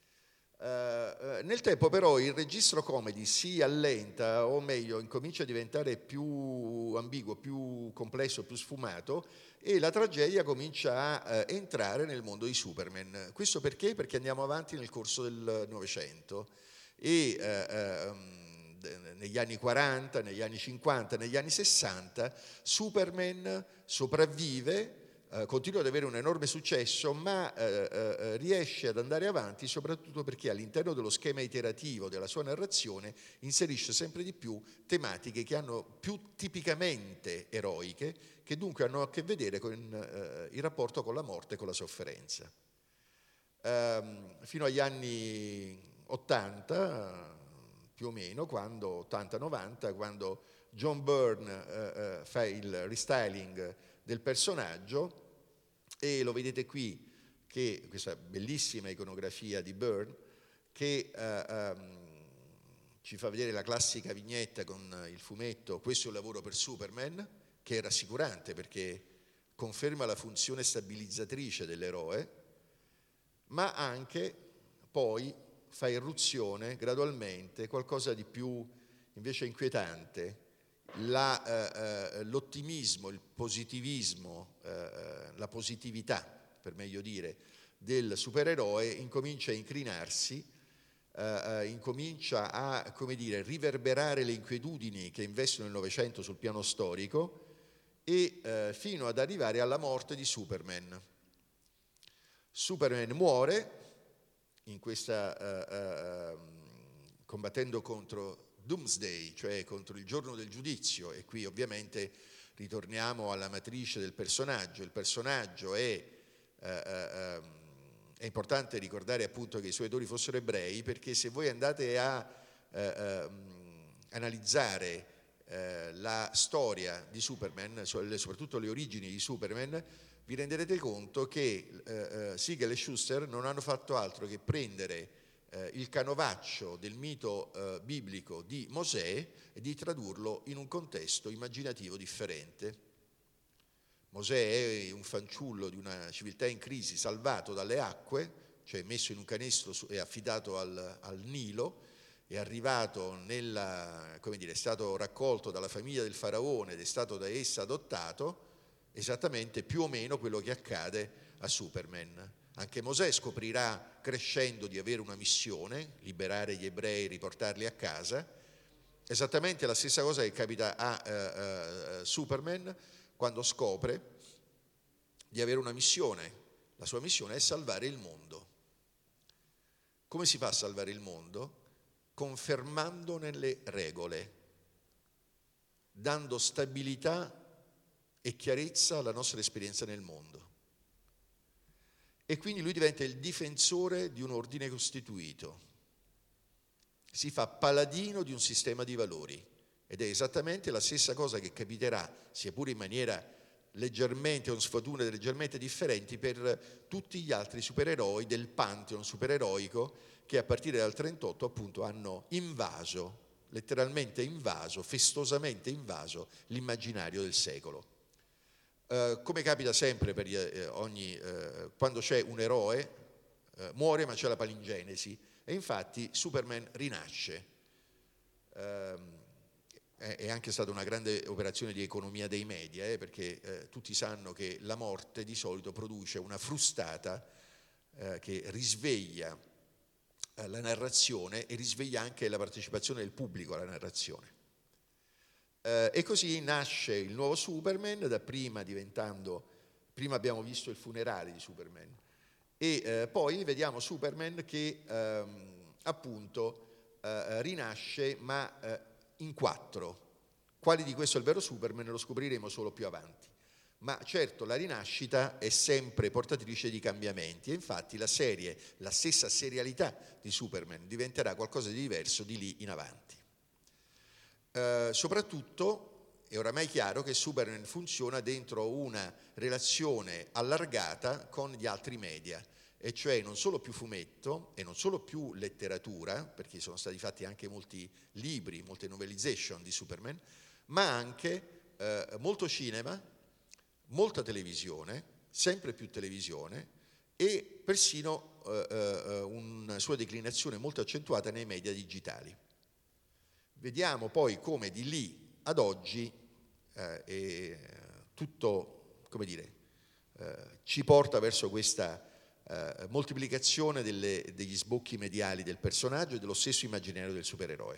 B: Uh, nel tempo però il registro comedy si allenta, o meglio incomincia a diventare più ambiguo, più complesso, più sfumato, e la tragedia comincia a uh, entrare nel mondo di Superman. Questo perché? Perché andiamo avanti nel corso del Novecento e uh, um, negli anni quaranta, negli anni cinquanta, negli anni sessanta Superman sopravvive, Uh, continua ad avere un enorme successo, ma uh, uh, riesce ad andare avanti soprattutto perché all'interno dello schema iterativo della sua narrazione inserisce sempre di più tematiche che hanno più tipicamente eroiche, che dunque hanno a che vedere con uh, il rapporto con la morte e con la sofferenza. Uh, fino agli anni ottanta, più o meno, quando ottanta novanta, quando John Byrne uh, uh, fa il restyling del personaggio, e lo vedete qui, che questa bellissima iconografia di Byrne che uh, um, ci fa vedere la classica vignetta con il fumetto "Questo è un lavoro per Superman", che è rassicurante perché conferma la funzione stabilizzatrice dell'eroe, ma anche poi fa irruzione gradualmente qualcosa di più invece inquietante. La, eh, l'ottimismo, il positivismo, eh, la positività, per meglio dire, del supereroe incomincia a incrinarsi, eh, incomincia a, come dire, riverberare le inquietudini che investono il Novecento sul piano storico e eh, fino ad arrivare alla morte di Superman. Superman muore in questa, eh, eh, combattendo contro Doomsday, cioè contro il giorno del giudizio, e qui ovviamente ritorniamo alla matrice del personaggio. Il personaggio è, eh, eh, è importante ricordare appunto che i suoi autori fossero ebrei, perché se voi andate a eh, eh, analizzare eh, la storia di Superman, soprattutto le origini di Superman, vi renderete conto che eh, Siegel e Shuster non hanno fatto altro che prendere Eh, il canovaccio del mito eh, biblico di Mosè e di tradurlo in un contesto immaginativo differente. Mosè è un fanciullo di una civiltà in crisi salvato dalle acque, cioè messo in un canestro e affidato al, al Nilo, è arrivato nella, come dire, è stato raccolto dalla famiglia del faraone ed è stato da essa adottato, esattamente più o meno quello che accade a Superman. Anche Mosè scoprirà crescendo di avere una missione, liberare gli ebrei, riportarli a casa. Esattamente la stessa cosa che capita a uh, uh, Superman quando scopre di avere una missione. La sua missione è salvare il mondo. Come si fa a salvare il mondo? Confermandone le regole, dando stabilità e chiarezza alla nostra esperienza nel mondo. E quindi lui diventa il difensore di un ordine costituito, si fa paladino di un sistema di valori, ed è esattamente la stessa cosa che capiterà, sia pure in maniera leggermente, con sfumature leggermente differenti, per tutti gli altri supereroi del pantheon supereroico che a partire dal trentotto appunto hanno invaso, letteralmente invaso, festosamente invaso l'immaginario del secolo. Uh, come capita sempre per uh, ogni, uh, quando c'è un eroe, uh, muore ma c'è la palingenesi, e infatti Superman rinasce. Uh, è, è anche stata una grande operazione di economia dei media, eh, perché uh, tutti sanno che la morte di solito produce una frustata uh, che risveglia uh, la narrazione e risveglia anche la partecipazione del pubblico alla narrazione. Uh, e così nasce il nuovo Superman, dapprima diventando, prima abbiamo visto il funerale di Superman, e uh, poi vediamo Superman che um, appunto uh, rinasce ma uh, in quattro. Quali di questo è il vero Superman lo scopriremo solo più avanti. Ma certo la rinascita è sempre portatrice di cambiamenti, e infatti la serie, la stessa serialità di Superman diventerà qualcosa di diverso di lì in avanti. Uh, soprattutto è oramai chiaro che Superman funziona dentro una relazione allargata con gli altri media, e cioè non solo più fumetto e non solo più letteratura, perché sono stati fatti anche molti libri, molte novelization di Superman, ma anche uh, molto cinema, molta televisione, sempre più televisione, e persino uh, uh, una sua declinazione molto accentuata nei media digitali. Vediamo poi come di lì ad oggi eh, eh, tutto, come dire, eh, ci porta verso questa eh, moltiplicazione delle, degli sbocchi mediali del personaggio e dello stesso immaginario del supereroe.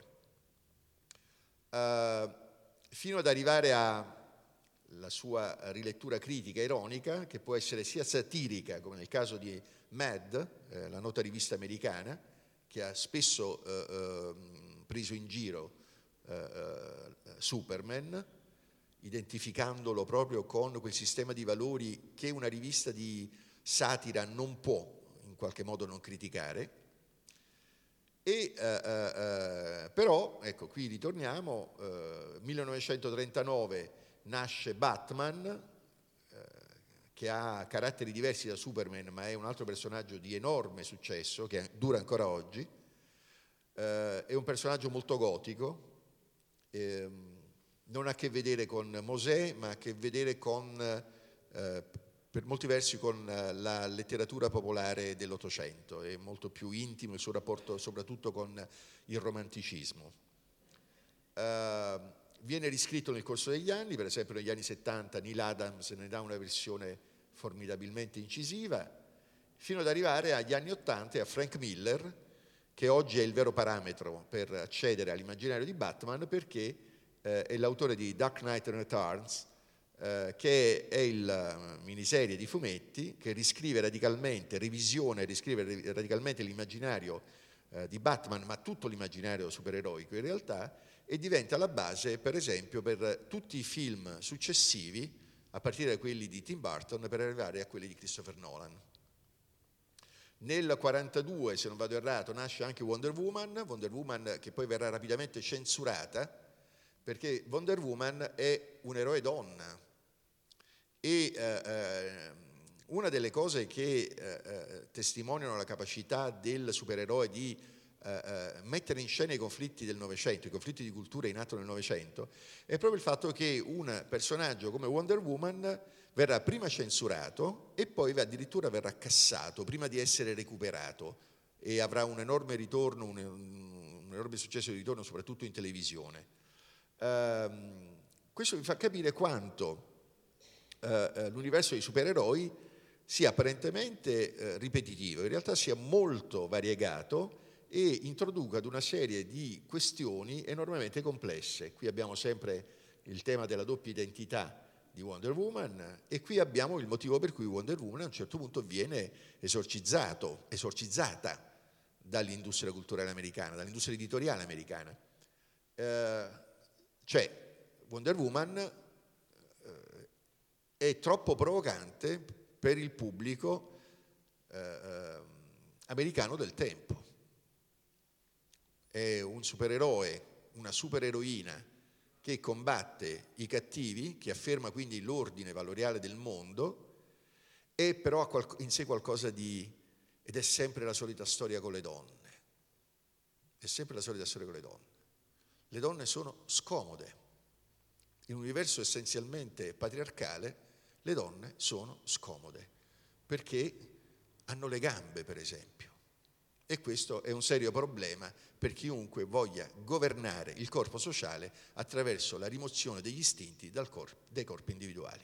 B: Uh, fino ad arrivare alla sua rilettura critica, ironica, che può essere sia satirica, come nel caso di Mad, eh, la nota rivista americana, che ha spesso eh, eh, preso in giro eh, eh, Superman, identificandolo proprio con quel sistema di valori che una rivista di satira non può in qualche modo non criticare. E, eh, eh, però, ecco, qui ritorniamo, eh, millenovecentotrentanove nasce Batman, eh, che ha caratteri diversi da Superman, ma è un altro personaggio di enorme successo, che dura ancora oggi. Eh, è un personaggio molto gotico, eh, non ha a che vedere con Mosè, ma ha a che vedere con, eh, per molti versi, con la letteratura popolare dell'Ottocento. È molto più intimo il suo rapporto soprattutto con il romanticismo. Eh, viene riscritto nel corso degli anni, per esempio negli anni settanta Neil Adams ne dà una versione formidabilmente incisiva, fino ad arrivare agli anni ottanta e a Frank Miller, che oggi è il vero parametro per accedere all'immaginario di Batman, perché eh, è l'autore di Dark Knight Returns, eh, che è il miniserie di fumetti che riscrive radicalmente, revisione, riscrive radicalmente l'immaginario eh, di Batman, ma tutto l'immaginario supereroico in realtà, e diventa la base, per esempio, per tutti i film successivi, a partire da quelli di Tim Burton, per arrivare a quelli di Christopher Nolan. Nel quarantadue, se non vado errato, nasce anche Wonder Woman, Wonder Woman che poi verrà rapidamente censurata, perché Wonder Woman è un eroe donna. E eh, una delle cose che eh, testimoniano la capacità del supereroe di eh, mettere in scena i conflitti del Novecento, i conflitti di cultura in atto nel Novecento, è proprio il fatto che un personaggio come Wonder Woman verrà prima censurato e poi addirittura verrà cassato prima di essere recuperato e avrà un enorme ritorno, un, un enorme successo di ritorno soprattutto in televisione. Uh, questo vi fa capire quanto uh, l'universo dei supereroi sia apparentemente uh, ripetitivo, in realtà sia molto variegato e introduca ad una serie di questioni enormemente complesse. Qui abbiamo sempre il tema della doppia identità di Wonder Woman e qui abbiamo il motivo per cui Wonder Woman a un certo punto viene esorcizzato, esorcizzata dall'industria culturale americana, dall'industria editoriale americana. Eh, cioè Wonder Woman eh, è troppo provocante per il pubblico eh, americano del tempo. È un supereroe, una supereroina che combatte i cattivi, che afferma quindi l'ordine valoriale del mondo, e però ha in sé qualcosa di... ed è sempre la solita storia con le donne. È sempre la solita storia con le donne. Le donne sono scomode. In un universo essenzialmente patriarcale, le donne sono scomode, perché hanno le gambe, per esempio. E questo è un serio problema per chiunque voglia governare il corpo sociale attraverso la rimozione degli istinti dal corpo, dai corpi individuali.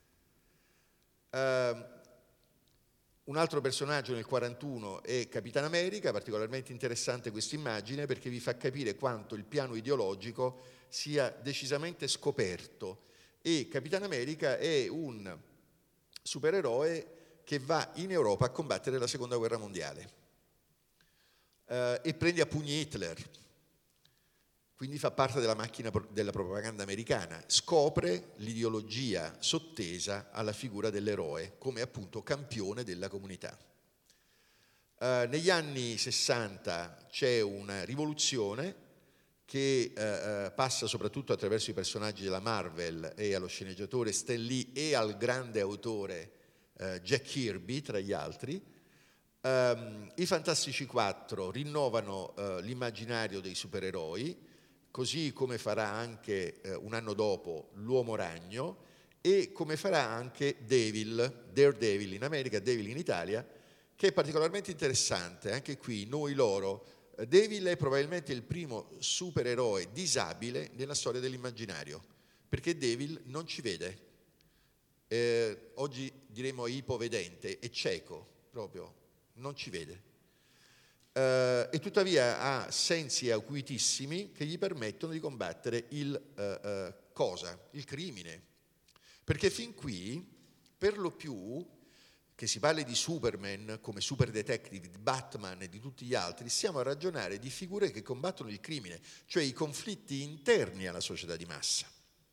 B: Uh, un altro personaggio nel quarantuno è Capitan America, particolarmente interessante questa immagine perché vi fa capire quanto il piano ideologico sia decisamente scoperto e Capitan America è un supereroe che va in Europa a combattere la seconda guerra mondiale. Uh, e prende a pugni Hitler, quindi fa parte della macchina della propaganda americana, scopre l'ideologia sottesa alla figura dell'eroe come appunto campione della comunità. Uh, negli anni sessanta c'è una rivoluzione che uh, uh, passa soprattutto attraverso i personaggi della Marvel e allo sceneggiatore Stan Lee e al grande autore uh, Jack Kirby tra gli altri. Um, I Fantastici quattro rinnovano uh, l'immaginario dei supereroi, così come farà anche uh, un anno dopo l'Uomo Ragno e come farà anche Devil, Daredevil in America, Devil in Italia, che è particolarmente interessante. Anche qui, noi loro, uh, Devil è probabilmente il primo supereroe disabile nella storia dell'immaginario, perché Devil non ci vede. Eh, oggi diremo ipovedente, è cieco proprio. Non ci vede uh, e tuttavia ha sensi acuitissimi che gli permettono di combattere il uh, uh, cosa? Il crimine, perché fin qui per lo più che si parli di Superman come super detective, di Batman e di tutti gli altri, stiamo a ragionare di figure che combattono il crimine, cioè i conflitti interni alla società di massa.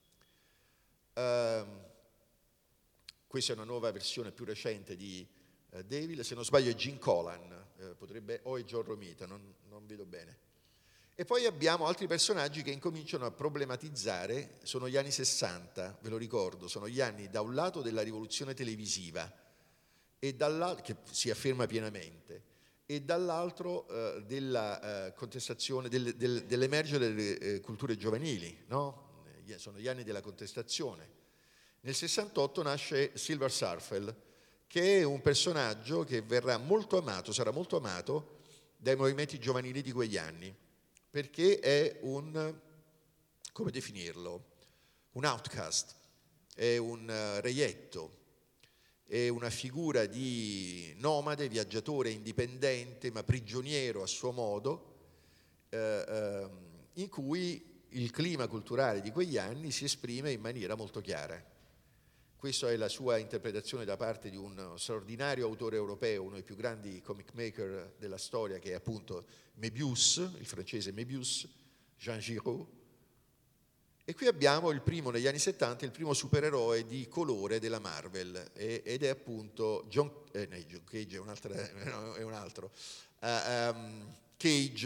B: Uh, questa è una nuova versione più recente di Devil, se non sbaglio è Gene Colan, eh, potrebbe, o è John Romita, non, non vedo bene. E poi abbiamo altri personaggi che incominciano a problematizzare, sono gli anni sessanta, ve lo ricordo, sono gli anni da un lato della rivoluzione televisiva, e dall'altro, che si afferma pienamente, e dall'altro eh, della eh, contestazione, del, del, dell'emergere delle eh, culture giovanili, no? Sono gli anni della contestazione. Nel sessantotto nasce Silver Surfer, che è un personaggio che verrà molto amato, sarà molto amato dai movimenti giovanili di quegli anni, perché è un, come definirlo, un outcast, è un reietto, è una figura di nomade, viaggiatore indipendente, ma prigioniero a suo modo, eh, eh, in cui il clima culturale di quegli anni si esprime in maniera molto chiara. Questa è la sua interpretazione da parte di un straordinario autore europeo, uno dei più grandi comic maker della storia, che è appunto Mébius, il francese Mébius, Jean Giraud. E qui abbiamo il primo, negli anni settanta, il primo supereroe di colore della Marvel, ed è appunto John, eh, no, John Cage, è un altro, è un altro uh, um, Cage.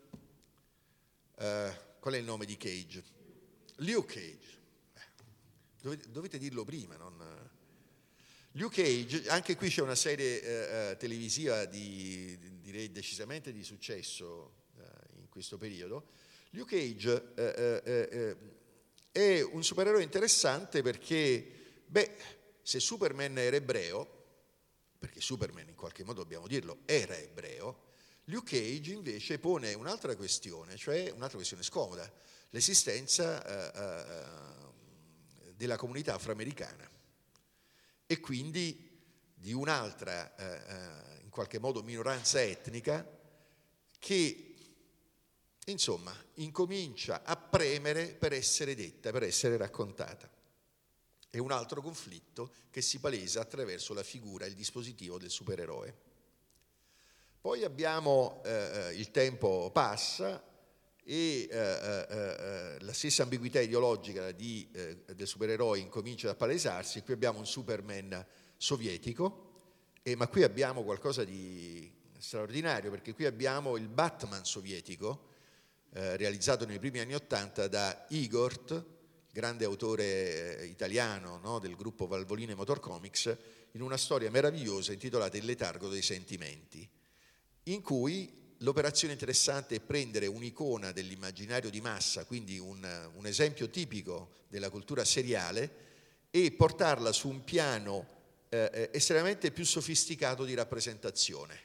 B: Uh, qual è il nome di Cage? Luke Cage. Dovete, dovete dirlo prima, non... Luke Cage, anche qui c'è una serie eh, televisiva di, direi decisamente di successo, eh, in questo periodo. Luke Cage eh, eh, eh, è un supereroe interessante perché, beh, se Superman era ebreo, perché Superman in qualche modo dobbiamo dirlo era ebreo, Luke Cage invece pone un'altra questione, cioè un'altra questione scomoda, l'esistenza eh, eh, della comunità afroamericana e quindi di un'altra eh, in qualche modo minoranza etnica che insomma incomincia a premere per essere detta, per essere raccontata. È un altro conflitto che si palesa attraverso la figura, il dispositivo del supereroe. Poi abbiamo, eh, il tempo passa e eh, eh, la stessa ambiguità ideologica di, eh, del supereroe incomincia a palesarsi. Qui abbiamo un Superman sovietico, eh, ma qui abbiamo qualcosa di straordinario, perché qui abbiamo il Batman sovietico, eh, realizzato nei primi anni Ottanta da Igor, grande autore eh, italiano, no, del gruppo Valvoline Motor Comics, in una storia meravigliosa intitolata Il letargo dei sentimenti, in cui l'operazione interessante è prendere un'icona dell'immaginario di massa, quindi un, un esempio tipico della cultura seriale, e portarla su un piano eh, estremamente più sofisticato di rappresentazione.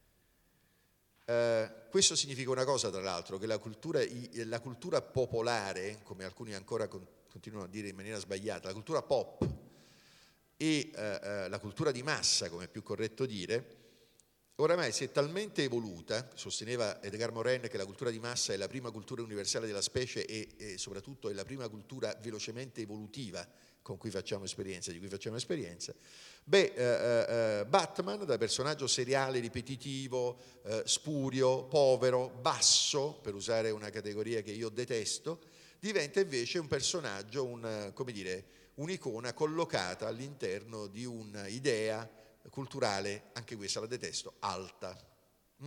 B: Eh, questo significa una cosa, tra l'altro, che la cultura, la cultura popolare, come alcuni ancora continuano a dire in maniera sbagliata, la cultura pop e eh, la cultura di massa, come è più corretto dire, oramai si è talmente evoluta, sosteneva Edgar Morin che la cultura di massa è la prima cultura universale della specie e, e soprattutto è la prima cultura velocemente evolutiva con cui facciamo esperienza, di cui facciamo esperienza. Beh, eh, eh, Batman, da personaggio seriale, ripetitivo, eh, spurio, povero, basso, per usare una categoria che io detesto, diventa invece un personaggio, un, come dire, un'icona collocata all'interno di un'idea culturale, anche questa la detesto, alta. Mm?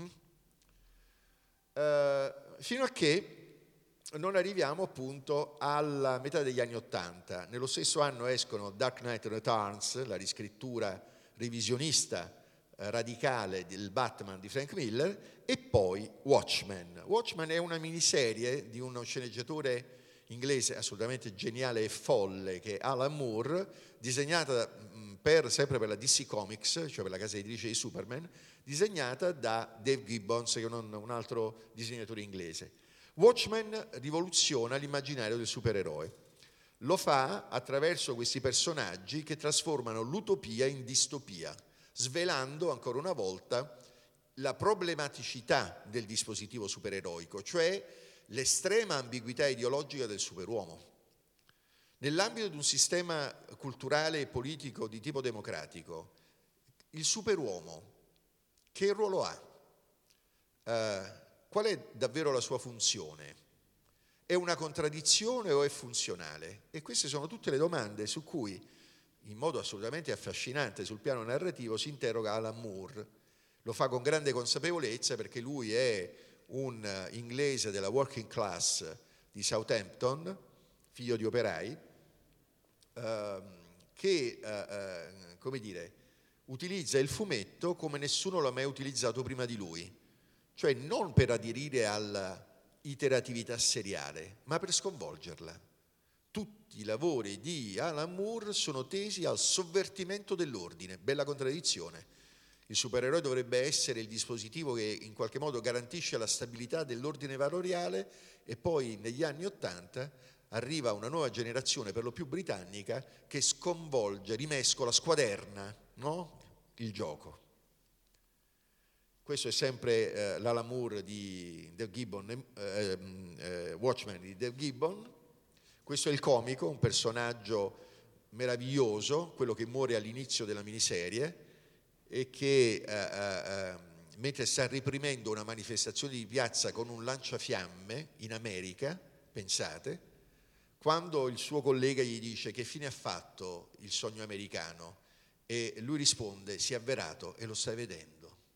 B: Eh, fino a che non arriviamo appunto alla metà degli anni Ottanta. Nello stesso anno escono Dark Knight Returns, la riscrittura revisionista eh, radicale del Batman di Frank Miller, e poi Watchmen. Watchmen è una miniserie di uno sceneggiatore inglese assolutamente geniale e folle che è Alan Moore, disegnata per, sempre per la D C Comics, cioè per la casa editrice di Superman, disegnata da Dave Gibbons, che è un, un altro disegnatore inglese. Watchmen rivoluziona l'immaginario del supereroe. Lo fa attraverso questi personaggi che trasformano l'utopia in distopia, svelando ancora una volta la problematicità del dispositivo supereroico, cioè l'estrema ambiguità ideologica del superuomo. Nell'ambito di un sistema culturale e politico di tipo democratico, il superuomo che ruolo ha? Uh, qual è davvero la sua funzione? È una contraddizione o è funzionale? E queste sono tutte le domande su cui, in modo assolutamente affascinante sul piano narrativo, si interroga Alan Moore. Lo fa con grande consapevolezza perché lui è un inglese della working class di Southampton, figlio di operai, eh, che, eh, come dire, utilizza il fumetto come nessuno l'ha mai utilizzato prima di lui, cioè non per aderire all'iteratività seriale, ma per sconvolgerla. Tutti i lavori di Alan Moore sono tesi al sovvertimento dell'ordine, bella contraddizione. Il supereroe dovrebbe essere il dispositivo che in qualche modo garantisce la stabilità dell'ordine valoriale, e poi negli anni Ottanta arriva una nuova generazione, per lo più britannica, che sconvolge, rimescola, squaderna, no? Il gioco. Questo è sempre eh, l'Alan Moore di Dave Gibbon, eh, eh, Watchmen di Dave Gibbon. Questo è il comico, un personaggio meraviglioso, quello che muore all'inizio della miniserie e che eh, eh, mentre sta reprimendo una manifestazione di piazza con un lanciafiamme in America, pensate, quando il suo collega gli dice che fine ha fatto il sogno americano, e lui risponde: si è avverato e lo stai vedendo.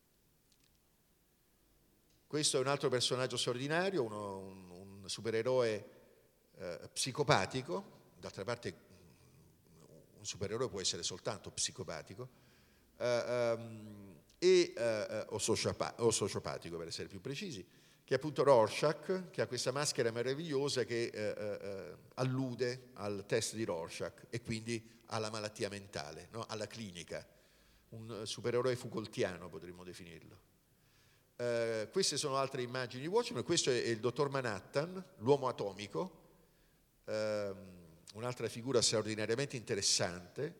B: Questo è un altro personaggio straordinario, uno, un, un supereroe eh, psicopatico. D'altra parte un supereroe può essere soltanto psicopatico, eh, um, e, eh, o, sociopa- o sociopatico per essere più precisi, che è appunto Rorschach, che ha questa maschera meravigliosa che eh, eh, allude al test di Rorschach e quindi alla malattia mentale, no? Alla clinica, un supereroe Foucaultiano potremmo definirlo. Eh, queste sono altre immagini di Watchmen. Questo è il dottor Manhattan, l'uomo atomico, eh, un'altra figura straordinariamente interessante,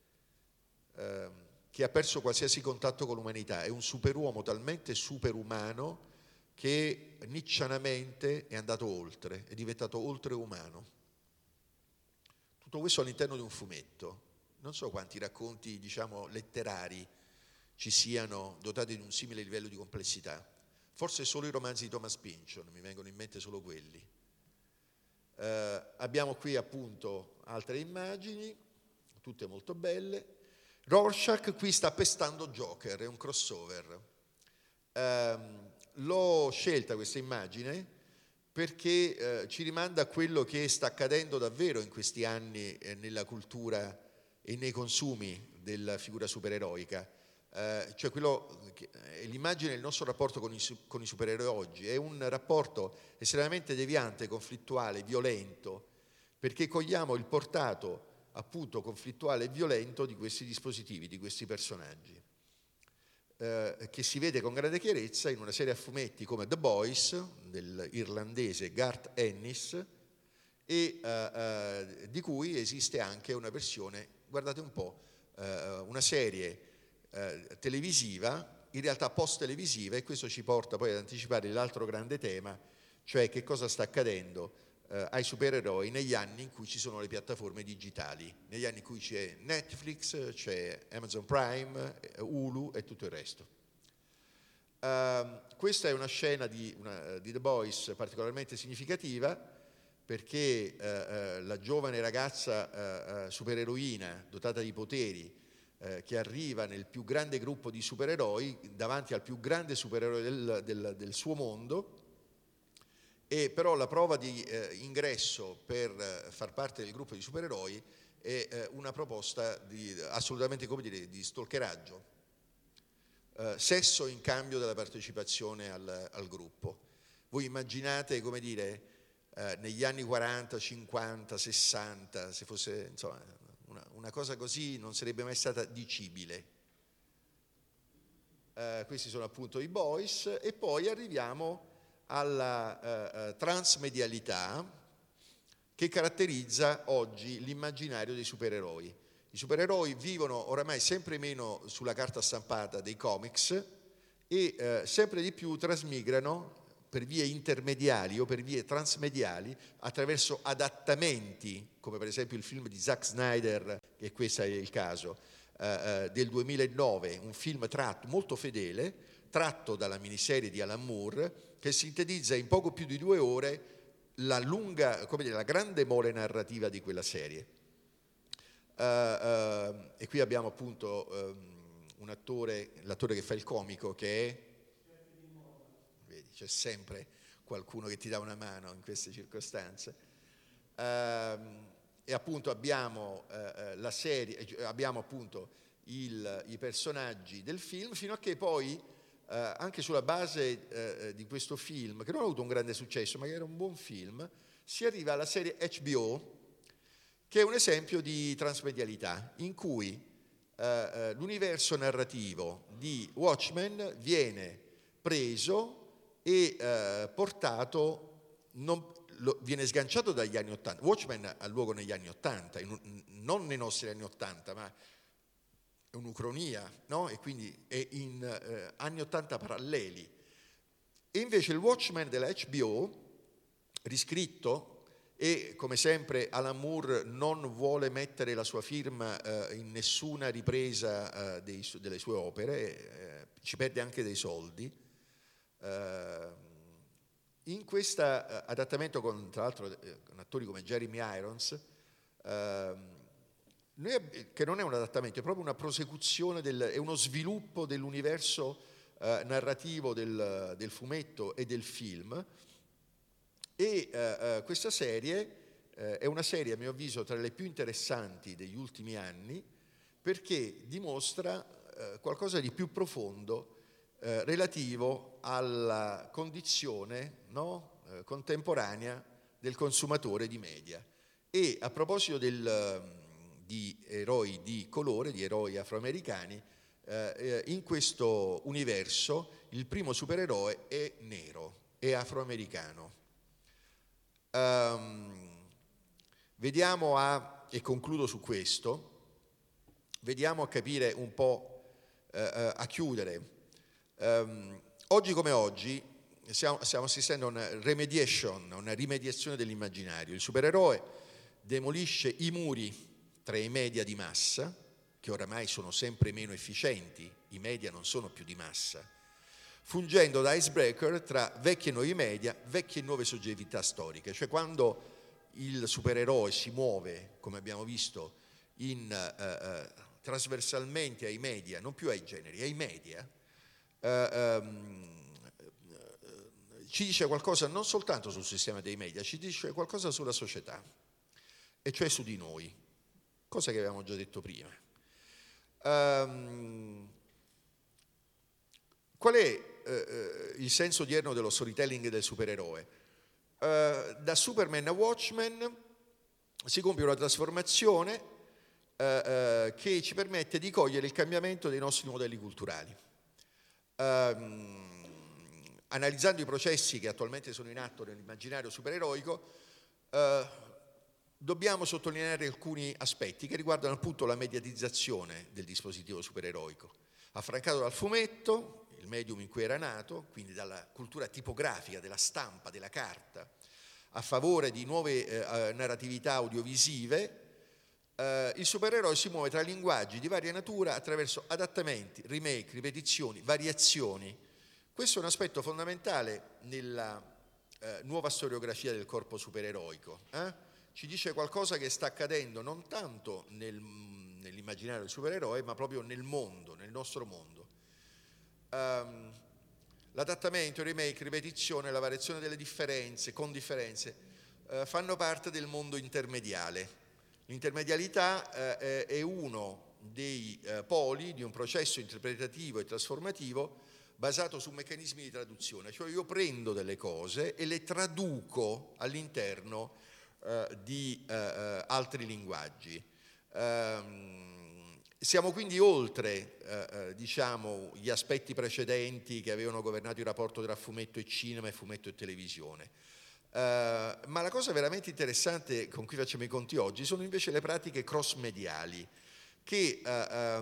B: eh, che ha perso qualsiasi contatto con l'umanità. È un superuomo talmente superumano che niccianamente è andato oltre, è diventato oltreumano. Tutto questo all'interno di un fumetto. Non so quanti racconti, diciamo, letterari ci siano dotati di un simile livello di complessità. Forse solo i romanzi di Thomas Pynchon, mi vengono in mente solo quelli. Eh, abbiamo qui appunto altre immagini, tutte molto belle. Rorschach qui sta pestando Joker, è un crossover. Eh, l'ho scelta questa immagine perché eh, ci rimanda a quello che sta accadendo davvero in questi anni eh, nella cultura e nei consumi della figura supereroica. Eh, cioè quello che, eh, l'immagine del nostro rapporto con i, con i supereroi oggi è un rapporto estremamente deviante, conflittuale, violento, perché cogliamo il portato appunto conflittuale e violento di questi dispositivi, di questi personaggi, eh, che si vede con grande chiarezza in una serie a fumetti come The Boys dell'irlandese Garth Ennis e eh, eh, di cui esiste anche una versione, guardate un po', eh, una serie eh, televisiva, in realtà post-televisiva, e questo ci porta poi ad anticipare l'altro grande tema, cioè che cosa sta accadendo eh, ai supereroi negli anni in cui ci sono le piattaforme digitali, negli anni in cui c'è Netflix, c'è Amazon Prime, Hulu e tutto il resto. Uh, questa è una scena di, una, di The Boys particolarmente significativa, perché uh, uh, la giovane ragazza uh, uh, supereroina dotata di poteri uh, che arriva nel più grande gruppo di supereroi davanti al più grande supereroe del, del, del suo mondo, e però la prova di uh, ingresso per uh, far parte del gruppo di supereroi è uh, una proposta di, assolutamente, come dire, di stalkeraggio. Uh, sesso in cambio della partecipazione al, al gruppo. Voi immaginate, come dire, uh, negli anni quaranta, cinquanta, sessanta, se fosse, insomma, una, una cosa così non sarebbe mai stata dicibile. Uh, questi sono appunto i Boys, e poi arriviamo alla uh, uh, transmedialità che caratterizza oggi l'immaginario dei supereroi. I supereroi vivono oramai sempre meno sulla carta stampata dei comics e eh, sempre di più trasmigrano per vie intermediali o per vie transmediali attraverso adattamenti, come per esempio il film di Zack Snyder, che questo è il caso, eh, del duemilanove, un film tratto, molto fedele, tratto dalla miniserie di Alan Moore, che sintetizza in poco più di due ore la lunga, come dire, la grande mole narrativa di quella serie. Uh, uh, e qui abbiamo appunto um, un attore, l'attore che fa il comico, che è, vedi, c'è sempre qualcuno che ti dà una mano in queste circostanze. Uh, e appunto abbiamo uh, la serie, abbiamo appunto il, i personaggi del film, fino a che poi uh, anche sulla base uh, di questo film, che non ha avuto un grande successo ma che era un buon film, si arriva alla serie H B O, che è un esempio di transmedialità, in cui eh, l'universo narrativo di Watchmen viene preso e eh, portato, non, lo, viene sganciato dagli anni Ottanta. Watchmen ha luogo negli anni Ottanta, non nei nostri anni Ottanta, ma è un'ucronia, no? E quindi è in eh, anni Ottanta paralleli. E invece il Watchmen della H B O, riscritto, e come sempre Alan Moore non vuole mettere la sua firma eh, in nessuna ripresa eh, dei, delle sue opere, eh, ci perde anche dei soldi. Eh, in questo eh, adattamento con, tra l'altro, eh, con attori come Jeremy Irons, eh, noi, che non è un adattamento, è proprio una prosecuzione, del, è uno sviluppo dell'universo eh, narrativo del, del fumetto e del film. E uh, uh, questa serie uh, è una serie, a mio avviso, tra le più interessanti degli ultimi anni, perché dimostra uh, qualcosa di più profondo uh, eh, relativo alla condizione, no, eh, contemporanea del consumatore di media. E a proposito del, di eroi di colore, di eroi afroamericani, eh, in questo universo il primo supereroe è nero, è afroamericano. Um, vediamo a, e concludo su questo, vediamo a capire un po', eh, a chiudere. Um, oggi come oggi stiamo, stiamo assistendo a una remediation, una rimediazione dell'immaginario. Il supereroe demolisce i muri tra i media di massa, che oramai sono sempre meno efficienti, i media non sono più di massa, fungendo da icebreaker tra vecchi e nuovi media, vecchie e nuove soggettività storiche. Cioè quando il supereroe si muove, come abbiamo visto, in, uh, uh, trasversalmente ai media, non più ai generi, ai media, uh, um, ci dice qualcosa non soltanto sul sistema dei media, ci dice qualcosa sulla società, e cioè su di noi, cosa che avevamo già detto prima. Um, qual è uh, il senso odierno dello storytelling del supereroe? Uh, da Superman a Watchmen si compie una trasformazione uh, uh, che ci permette di cogliere il cambiamento dei nostri modelli culturali. Um, analizzando i processi che attualmente sono in atto nell'immaginario supereroico, uh, dobbiamo sottolineare alcuni aspetti che riguardano appunto la mediatizzazione del dispositivo supereroico, affrancato dal fumetto, il medium in cui era nato, quindi dalla cultura tipografica, della stampa, della carta, a favore di nuove eh, narratività audiovisive. Eh, il supereroe si muove tra linguaggi di varia natura attraverso adattamenti, remake, ripetizioni, variazioni. Questo è un aspetto fondamentale nella eh, nuova storiografia del corpo supereroico. Eh? Ci dice qualcosa che sta accadendo non tanto nel, nell'immaginario del supereroe, ma proprio nel mondo, nel nostro mondo. Um, l'adattamento, il remake, ripetizione, la variazione delle differenze, con differenze, uh, fanno parte del mondo intermediale. L'intermedialità uh, è uno dei uh, poli di un processo interpretativo e trasformativo basato su meccanismi di traduzione, cioè io prendo delle cose e le traduco all'interno uh, di uh, uh, altri linguaggi. Um, siamo quindi oltre uh, uh, diciamo, gli aspetti precedenti che avevano governato il rapporto tra fumetto e cinema e fumetto e televisione. Uh, ma la cosa veramente interessante con cui facciamo i conti oggi sono invece le pratiche cross-mediali che uh,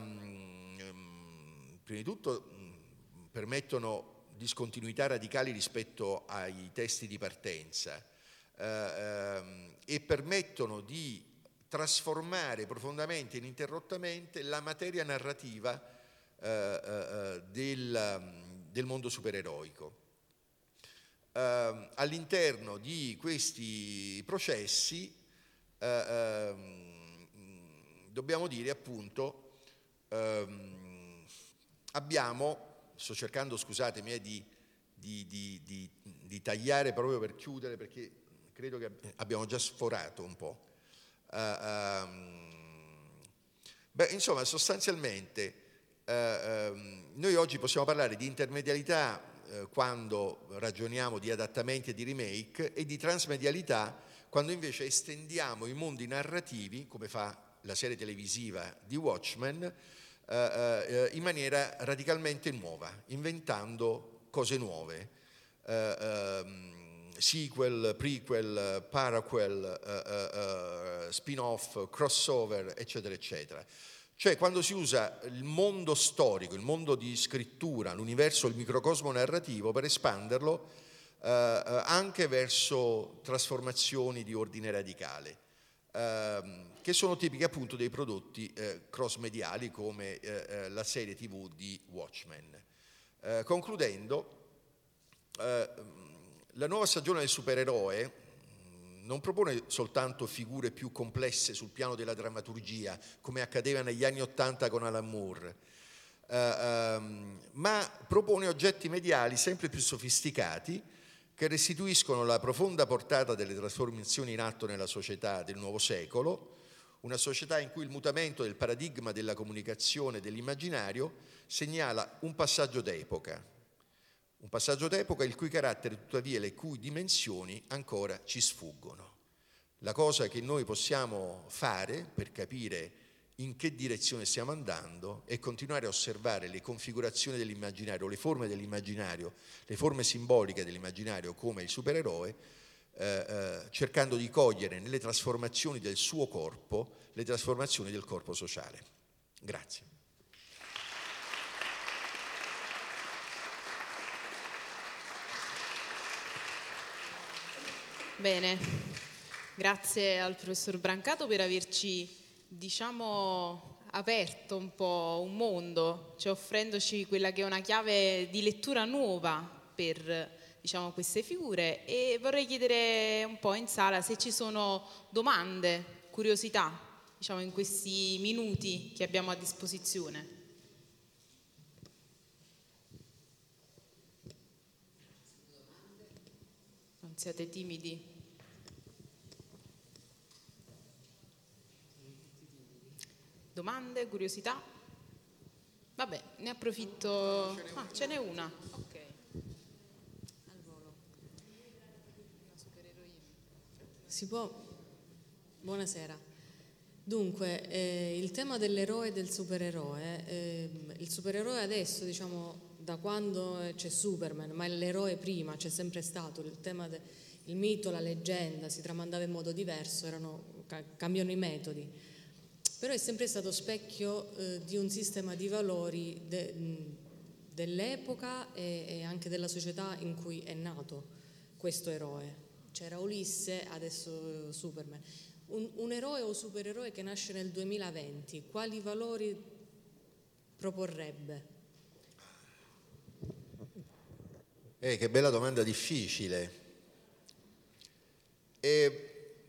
B: um, prima di tutto permettono discontinuità radicali rispetto ai testi di partenza eh, ehm, e permettono di trasformare profondamente e ininterrottamente la materia narrativa eh, eh, del, del mondo supereroico. Eh, all'interno di questi processi eh, eh, dobbiamo dire appunto eh, abbiamo sto cercando, scusatemi, eh, di, di, di, di, di tagliare proprio per chiudere, perché credo che abbiamo già sforato un po'. Uh, um, beh, insomma, sostanzialmente uh, um, noi oggi possiamo parlare di intermedialità uh, quando ragioniamo di adattamenti e di remake, e di transmedialità quando invece estendiamo i mondi narrativi, come fa la serie televisiva di Watchmen, Uh, uh, in maniera radicalmente nuova, inventando cose nuove, uh, um, sequel, prequel, paraquel, uh, uh, uh, spin-off, crossover, eccetera, eccetera. Cioè quando si usa il mondo storico, il mondo di scrittura, l'universo, il microcosmo narrativo per espanderlo uh, uh, anche verso trasformazioni di ordine radicale. Uh, che sono tipiche appunto dei prodotti eh, cross-mediali come eh, la serie tivù di Watchmen. Eh, concludendo, eh, la nuova stagione del supereroe non propone soltanto figure più complesse sul piano della drammaturgia, come accadeva negli anni Ottanta con Alan Moore, eh, ehm, ma propone oggetti mediali sempre più sofisticati che restituiscono la profonda portata delle trasformazioni in atto nella società del nuovo secolo, una società in cui il mutamento del paradigma della comunicazione e dell'immaginario segnala un passaggio d'epoca, Un passaggio d'epoca il cui carattere, tuttavia, le cui dimensioni ancora ci sfuggono. La cosa che noi possiamo fare per capire in che direzione stiamo andando è continuare a osservare le configurazioni dell'immaginario, le forme dell'immaginario, le forme simboliche dell'immaginario come il supereroe, eh, eh, cercando di cogliere nelle trasformazioni del suo corpo le trasformazioni del corpo sociale. Grazie.
A: Bene, grazie al professor Brancato per averci, diciamo, aperto un po' un mondo, cioè offrendoci quella che è una chiave di lettura nuova per, diciamo, queste figure, e vorrei chiedere un po' in sala se ci sono domande, curiosità, diciamo, in questi minuti che abbiamo a disposizione. Non siete timidi? Domande, curiosità? Vabbè, ne approfitto. Ah, ce n'è una. Ok.
C: Al volo. Si può? Buonasera. Dunque, eh, il tema dell'eroe e del supereroe, eh, il supereroe adesso, diciamo, da quando c'è Superman, ma l'eroe prima c'è sempre stato, il tema del mito, la leggenda si tramandava in modo diverso, erano, cambiano i metodi. Però è sempre stato specchio eh, di un sistema di valori de, mh, dell'epoca e, e anche della società in cui è nato questo eroe. C'era Ulisse, adesso Superman. Un, un eroe o supereroe che nasce nel duemilaventi, quali valori proporrebbe?
B: Eh, che bella domanda difficile. E...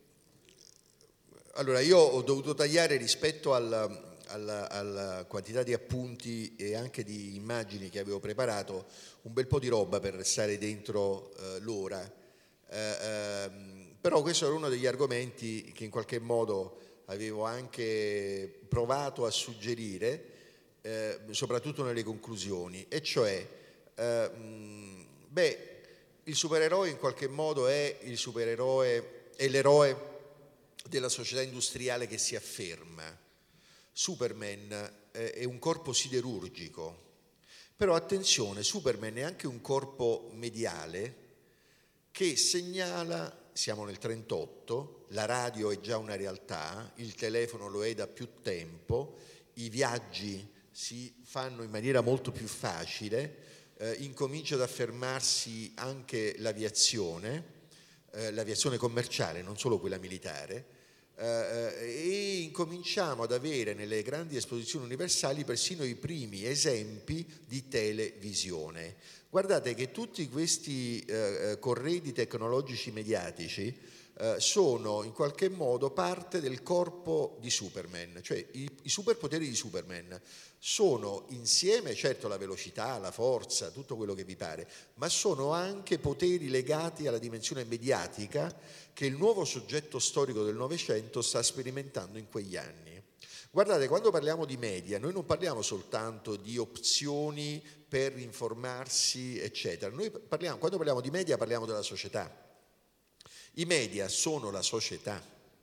B: Allora, io ho dovuto tagliare rispetto alla, alla, alla quantità di appunti e anche di immagini che avevo preparato un bel po' di roba per restare dentro eh, l'ora, eh, ehm, però questo era uno degli argomenti che in qualche modo avevo anche provato a suggerire, eh, soprattutto nelle conclusioni, e cioè, eh, beh, il supereroe in qualche modo è il supereroe, è l'eroe della società industriale che si afferma. Superman è un corpo siderurgico, però attenzione, Superman è anche un corpo mediale che segnala, siamo nel trentotto, la radio è già una realtà, il telefono lo è da più tempo, i viaggi si fanno in maniera molto più facile, eh, incomincia ad affermarsi anche l'aviazione, eh, l'aviazione commerciale, non solo quella militare, Uh, e incominciamo ad avere nelle grandi esposizioni universali persino i primi esempi di televisione. Guardate che tutti questi uh, corredi tecnologici mediatici uh, sono in qualche modo parte del corpo di Superman, cioè i, i superpoteri di Superman sono insieme, certo, la velocità, la forza, tutto quello che vi pare, ma sono anche poteri legati alla dimensione mediatica che il nuovo soggetto storico del Novecento sta sperimentando in quegli anni. Guardate, quando parliamo di media, noi non parliamo soltanto di opzioni per informarsi, eccetera. Noi parliamo, quando parliamo di media parliamo della società. I media sono la società,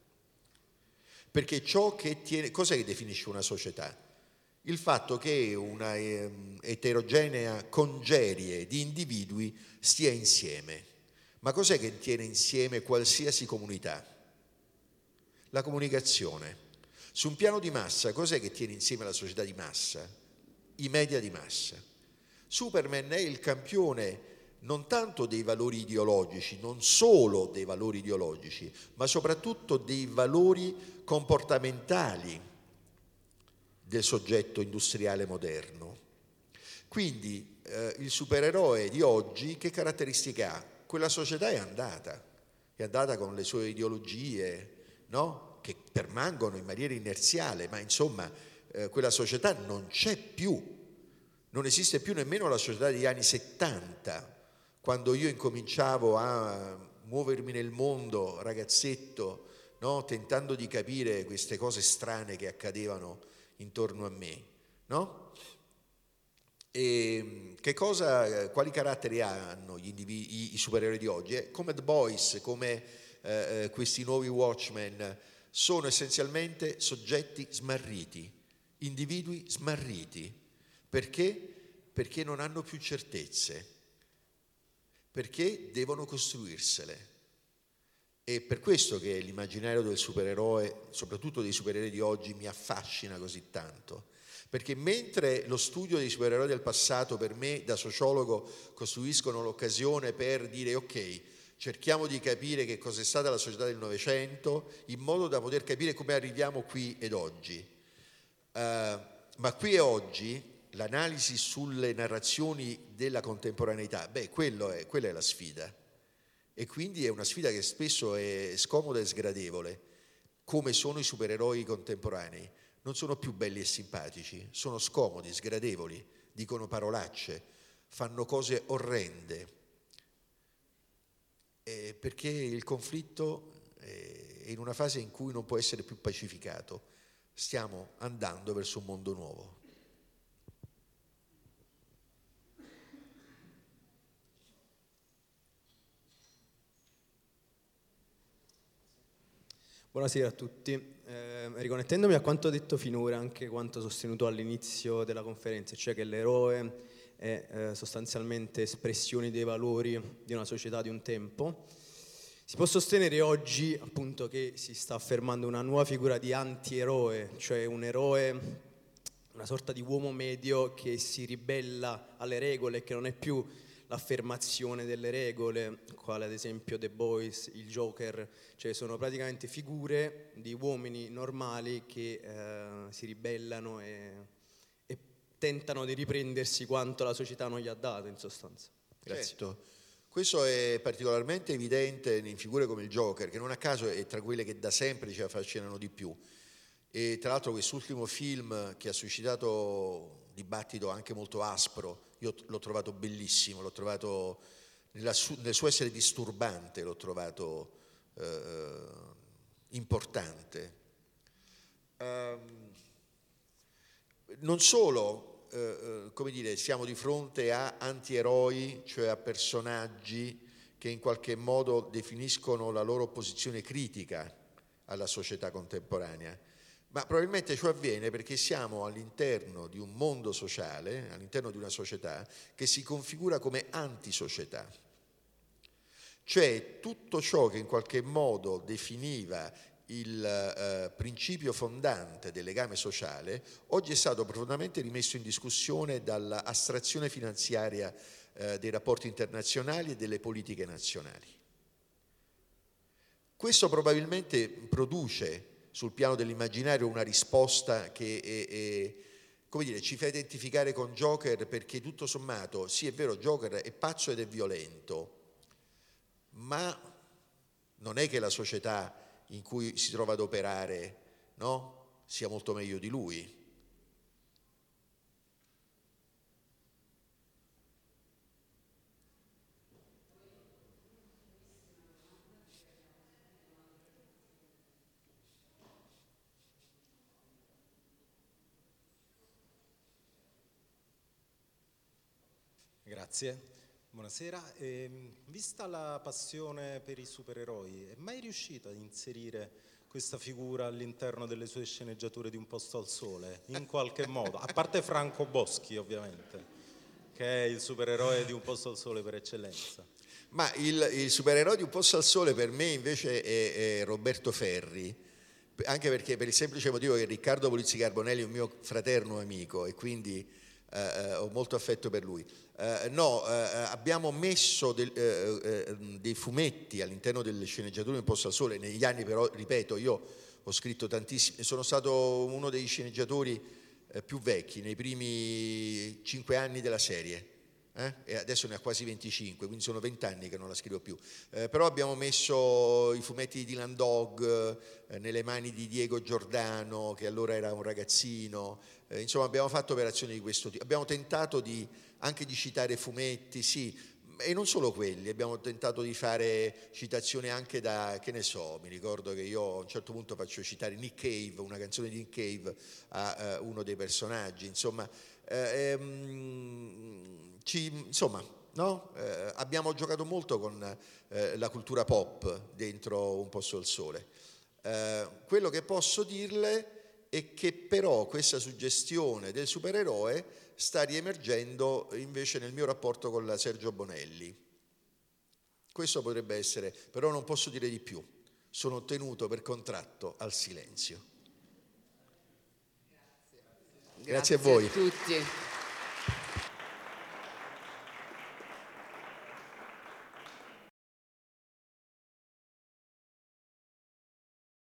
B: perché ciò che tiene... Cos'è che definisce una società? Il fatto che una eh, eterogenea congerie di individui stia insieme. Ma cos'è che tiene insieme qualsiasi comunità? La comunicazione. Su un piano di massa, cos'è che tiene insieme la società di massa? I media di massa. Superman è il campione non tanto dei valori ideologici, non solo dei valori ideologici, ma soprattutto dei valori comportamentali del soggetto industriale moderno. Quindi eh, il supereroe di oggi che caratteristiche ha? Quella società è andata, è andata con le sue ideologie, no? Che permangono in maniera inerziale, ma insomma eh, quella società non c'è più, non esiste più nemmeno la società degli anni settanta, quando io incominciavo a muovermi nel mondo, ragazzetto, no? Tentando di capire queste cose strane che accadevano intorno a me, no? E che cosa, quali caratteri hanno gli individui, i supereroi di oggi? Eh, come The Boys, come eh, questi nuovi Watchmen, sono essenzialmente soggetti smarriti, individui smarriti. Perché? Perché non hanno più certezze, perché devono costruirsele. È per questo che l'immaginario del supereroe, soprattutto dei supereroi di oggi, mi affascina così tanto. Perché mentre lo studio dei supereroi del passato, per me da sociologo, costruiscono l'occasione per dire ok, cerchiamo di capire che cosa è stata la società del Novecento, in modo da poter capire come arriviamo qui ed oggi. Uh, ma qui e oggi l'analisi sulle narrazioni della contemporaneità, beh, quello è, quella è la sfida. E quindi è una sfida che spesso è scomoda e sgradevole, come sono i supereroi contemporanei. Non sono più belli e simpatici, sono scomodi, sgradevoli, dicono parolacce, fanno cose orrende, eh, perché il conflitto è in una fase in cui non può essere più pacificato. Stiamo andando verso un mondo nuovo.
D: Buonasera a tutti. Eh, riconnettendomi a quanto detto finora, anche quanto sostenuto all'inizio della conferenza, cioè che l'eroe è eh, sostanzialmente espressione dei valori di una società di un tempo, si può sostenere oggi appunto che si sta affermando una nuova figura di antieroe, cioè un eroe, una sorta di uomo medio che si ribella alle regole, che non è più l'affermazione delle regole, quale ad esempio The Boys, il Joker, cioè sono praticamente figure di uomini normali che eh, si ribellano e, e tentano di riprendersi quanto la società non gli ha dato, in sostanza. Grazie.
B: Certo. Questo è particolarmente evidente in figure come il Joker, che non a caso è tra quelle che da sempre ci affascinano di più. E tra l'altro quest'ultimo film, che ha suscitato dibattito anche molto aspro, io l'ho trovato bellissimo, l'ho trovato nella su, nel suo essere disturbante, l'ho trovato eh, importante. Um, non solo, eh, come dire, siamo di fronte a antieroi, cioè a personaggi che in qualche modo definiscono la loro posizione critica alla società contemporanea, ma probabilmente ciò avviene perché siamo all'interno di un mondo sociale, all'interno di una società che si configura come antisocietà. Cioè tutto ciò che in qualche modo definiva il eh, principio fondante del legame sociale, oggi è stato profondamente rimesso in discussione dall'astrazione finanziaria eh, dei rapporti internazionali e delle politiche nazionali. Questo probabilmente produce sul piano dell'immaginario una risposta che è, è, come dire, ci fa identificare con Joker, perché tutto sommato, sì è vero, Joker è pazzo ed è violento, ma non è che la società in cui si trova ad operare, no, sia molto meglio di lui.
E: Grazie, buonasera. E, vista la passione per i supereroi, è mai riuscito ad inserire questa figura all'interno delle sue sceneggiature di Un posto al sole, in qualche modo? A parte Franco Boschi, ovviamente, che è il supereroe di Un posto al sole per eccellenza.
B: Ma il, il supereroe di Un posto al sole per me invece è, è Roberto Ferri, anche perché per il semplice motivo che Riccardo Polizzi Carbonelli è un mio fraterno amico e quindi eh, ho molto affetto per lui. Uh, no, uh, abbiamo messo del, uh, uh, dei fumetti all'interno delle sceneggiature di Un posto al sole. Negli anni però, ripeto, io ho scritto tantissimi, sono stato uno dei sceneggiatori uh, più vecchi nei primi cinque anni della serie, eh? E adesso ne ha quasi venticinque, quindi sono vent'anni che non la scrivo più. Uh, però abbiamo messo i fumetti di Dylan Dog uh, nelle mani di Diego Giordano, che allora era un ragazzino. Uh, insomma, abbiamo fatto operazioni di questo tipo. Abbiamo tentato di anche di citare fumetti, sì, e non solo quelli, abbiamo tentato di fare citazioni anche da, che ne so, mi ricordo che io a un certo punto faccio citare Nick Cave, una canzone di Nick Cave a uh, uno dei personaggi, insomma, eh, ehm, ci, insomma no? eh, abbiamo giocato molto con eh, la cultura pop dentro Un posto al sole. Eh, quello che posso dirle è che però questa suggestione del supereroe sta riemergendo invece nel mio rapporto con Sergio Bonelli. Questo potrebbe essere, però non posso dire di più, sono tenuto per contratto al silenzio.
F: Grazie,
B: Grazie a voi.
F: Grazie a tutti.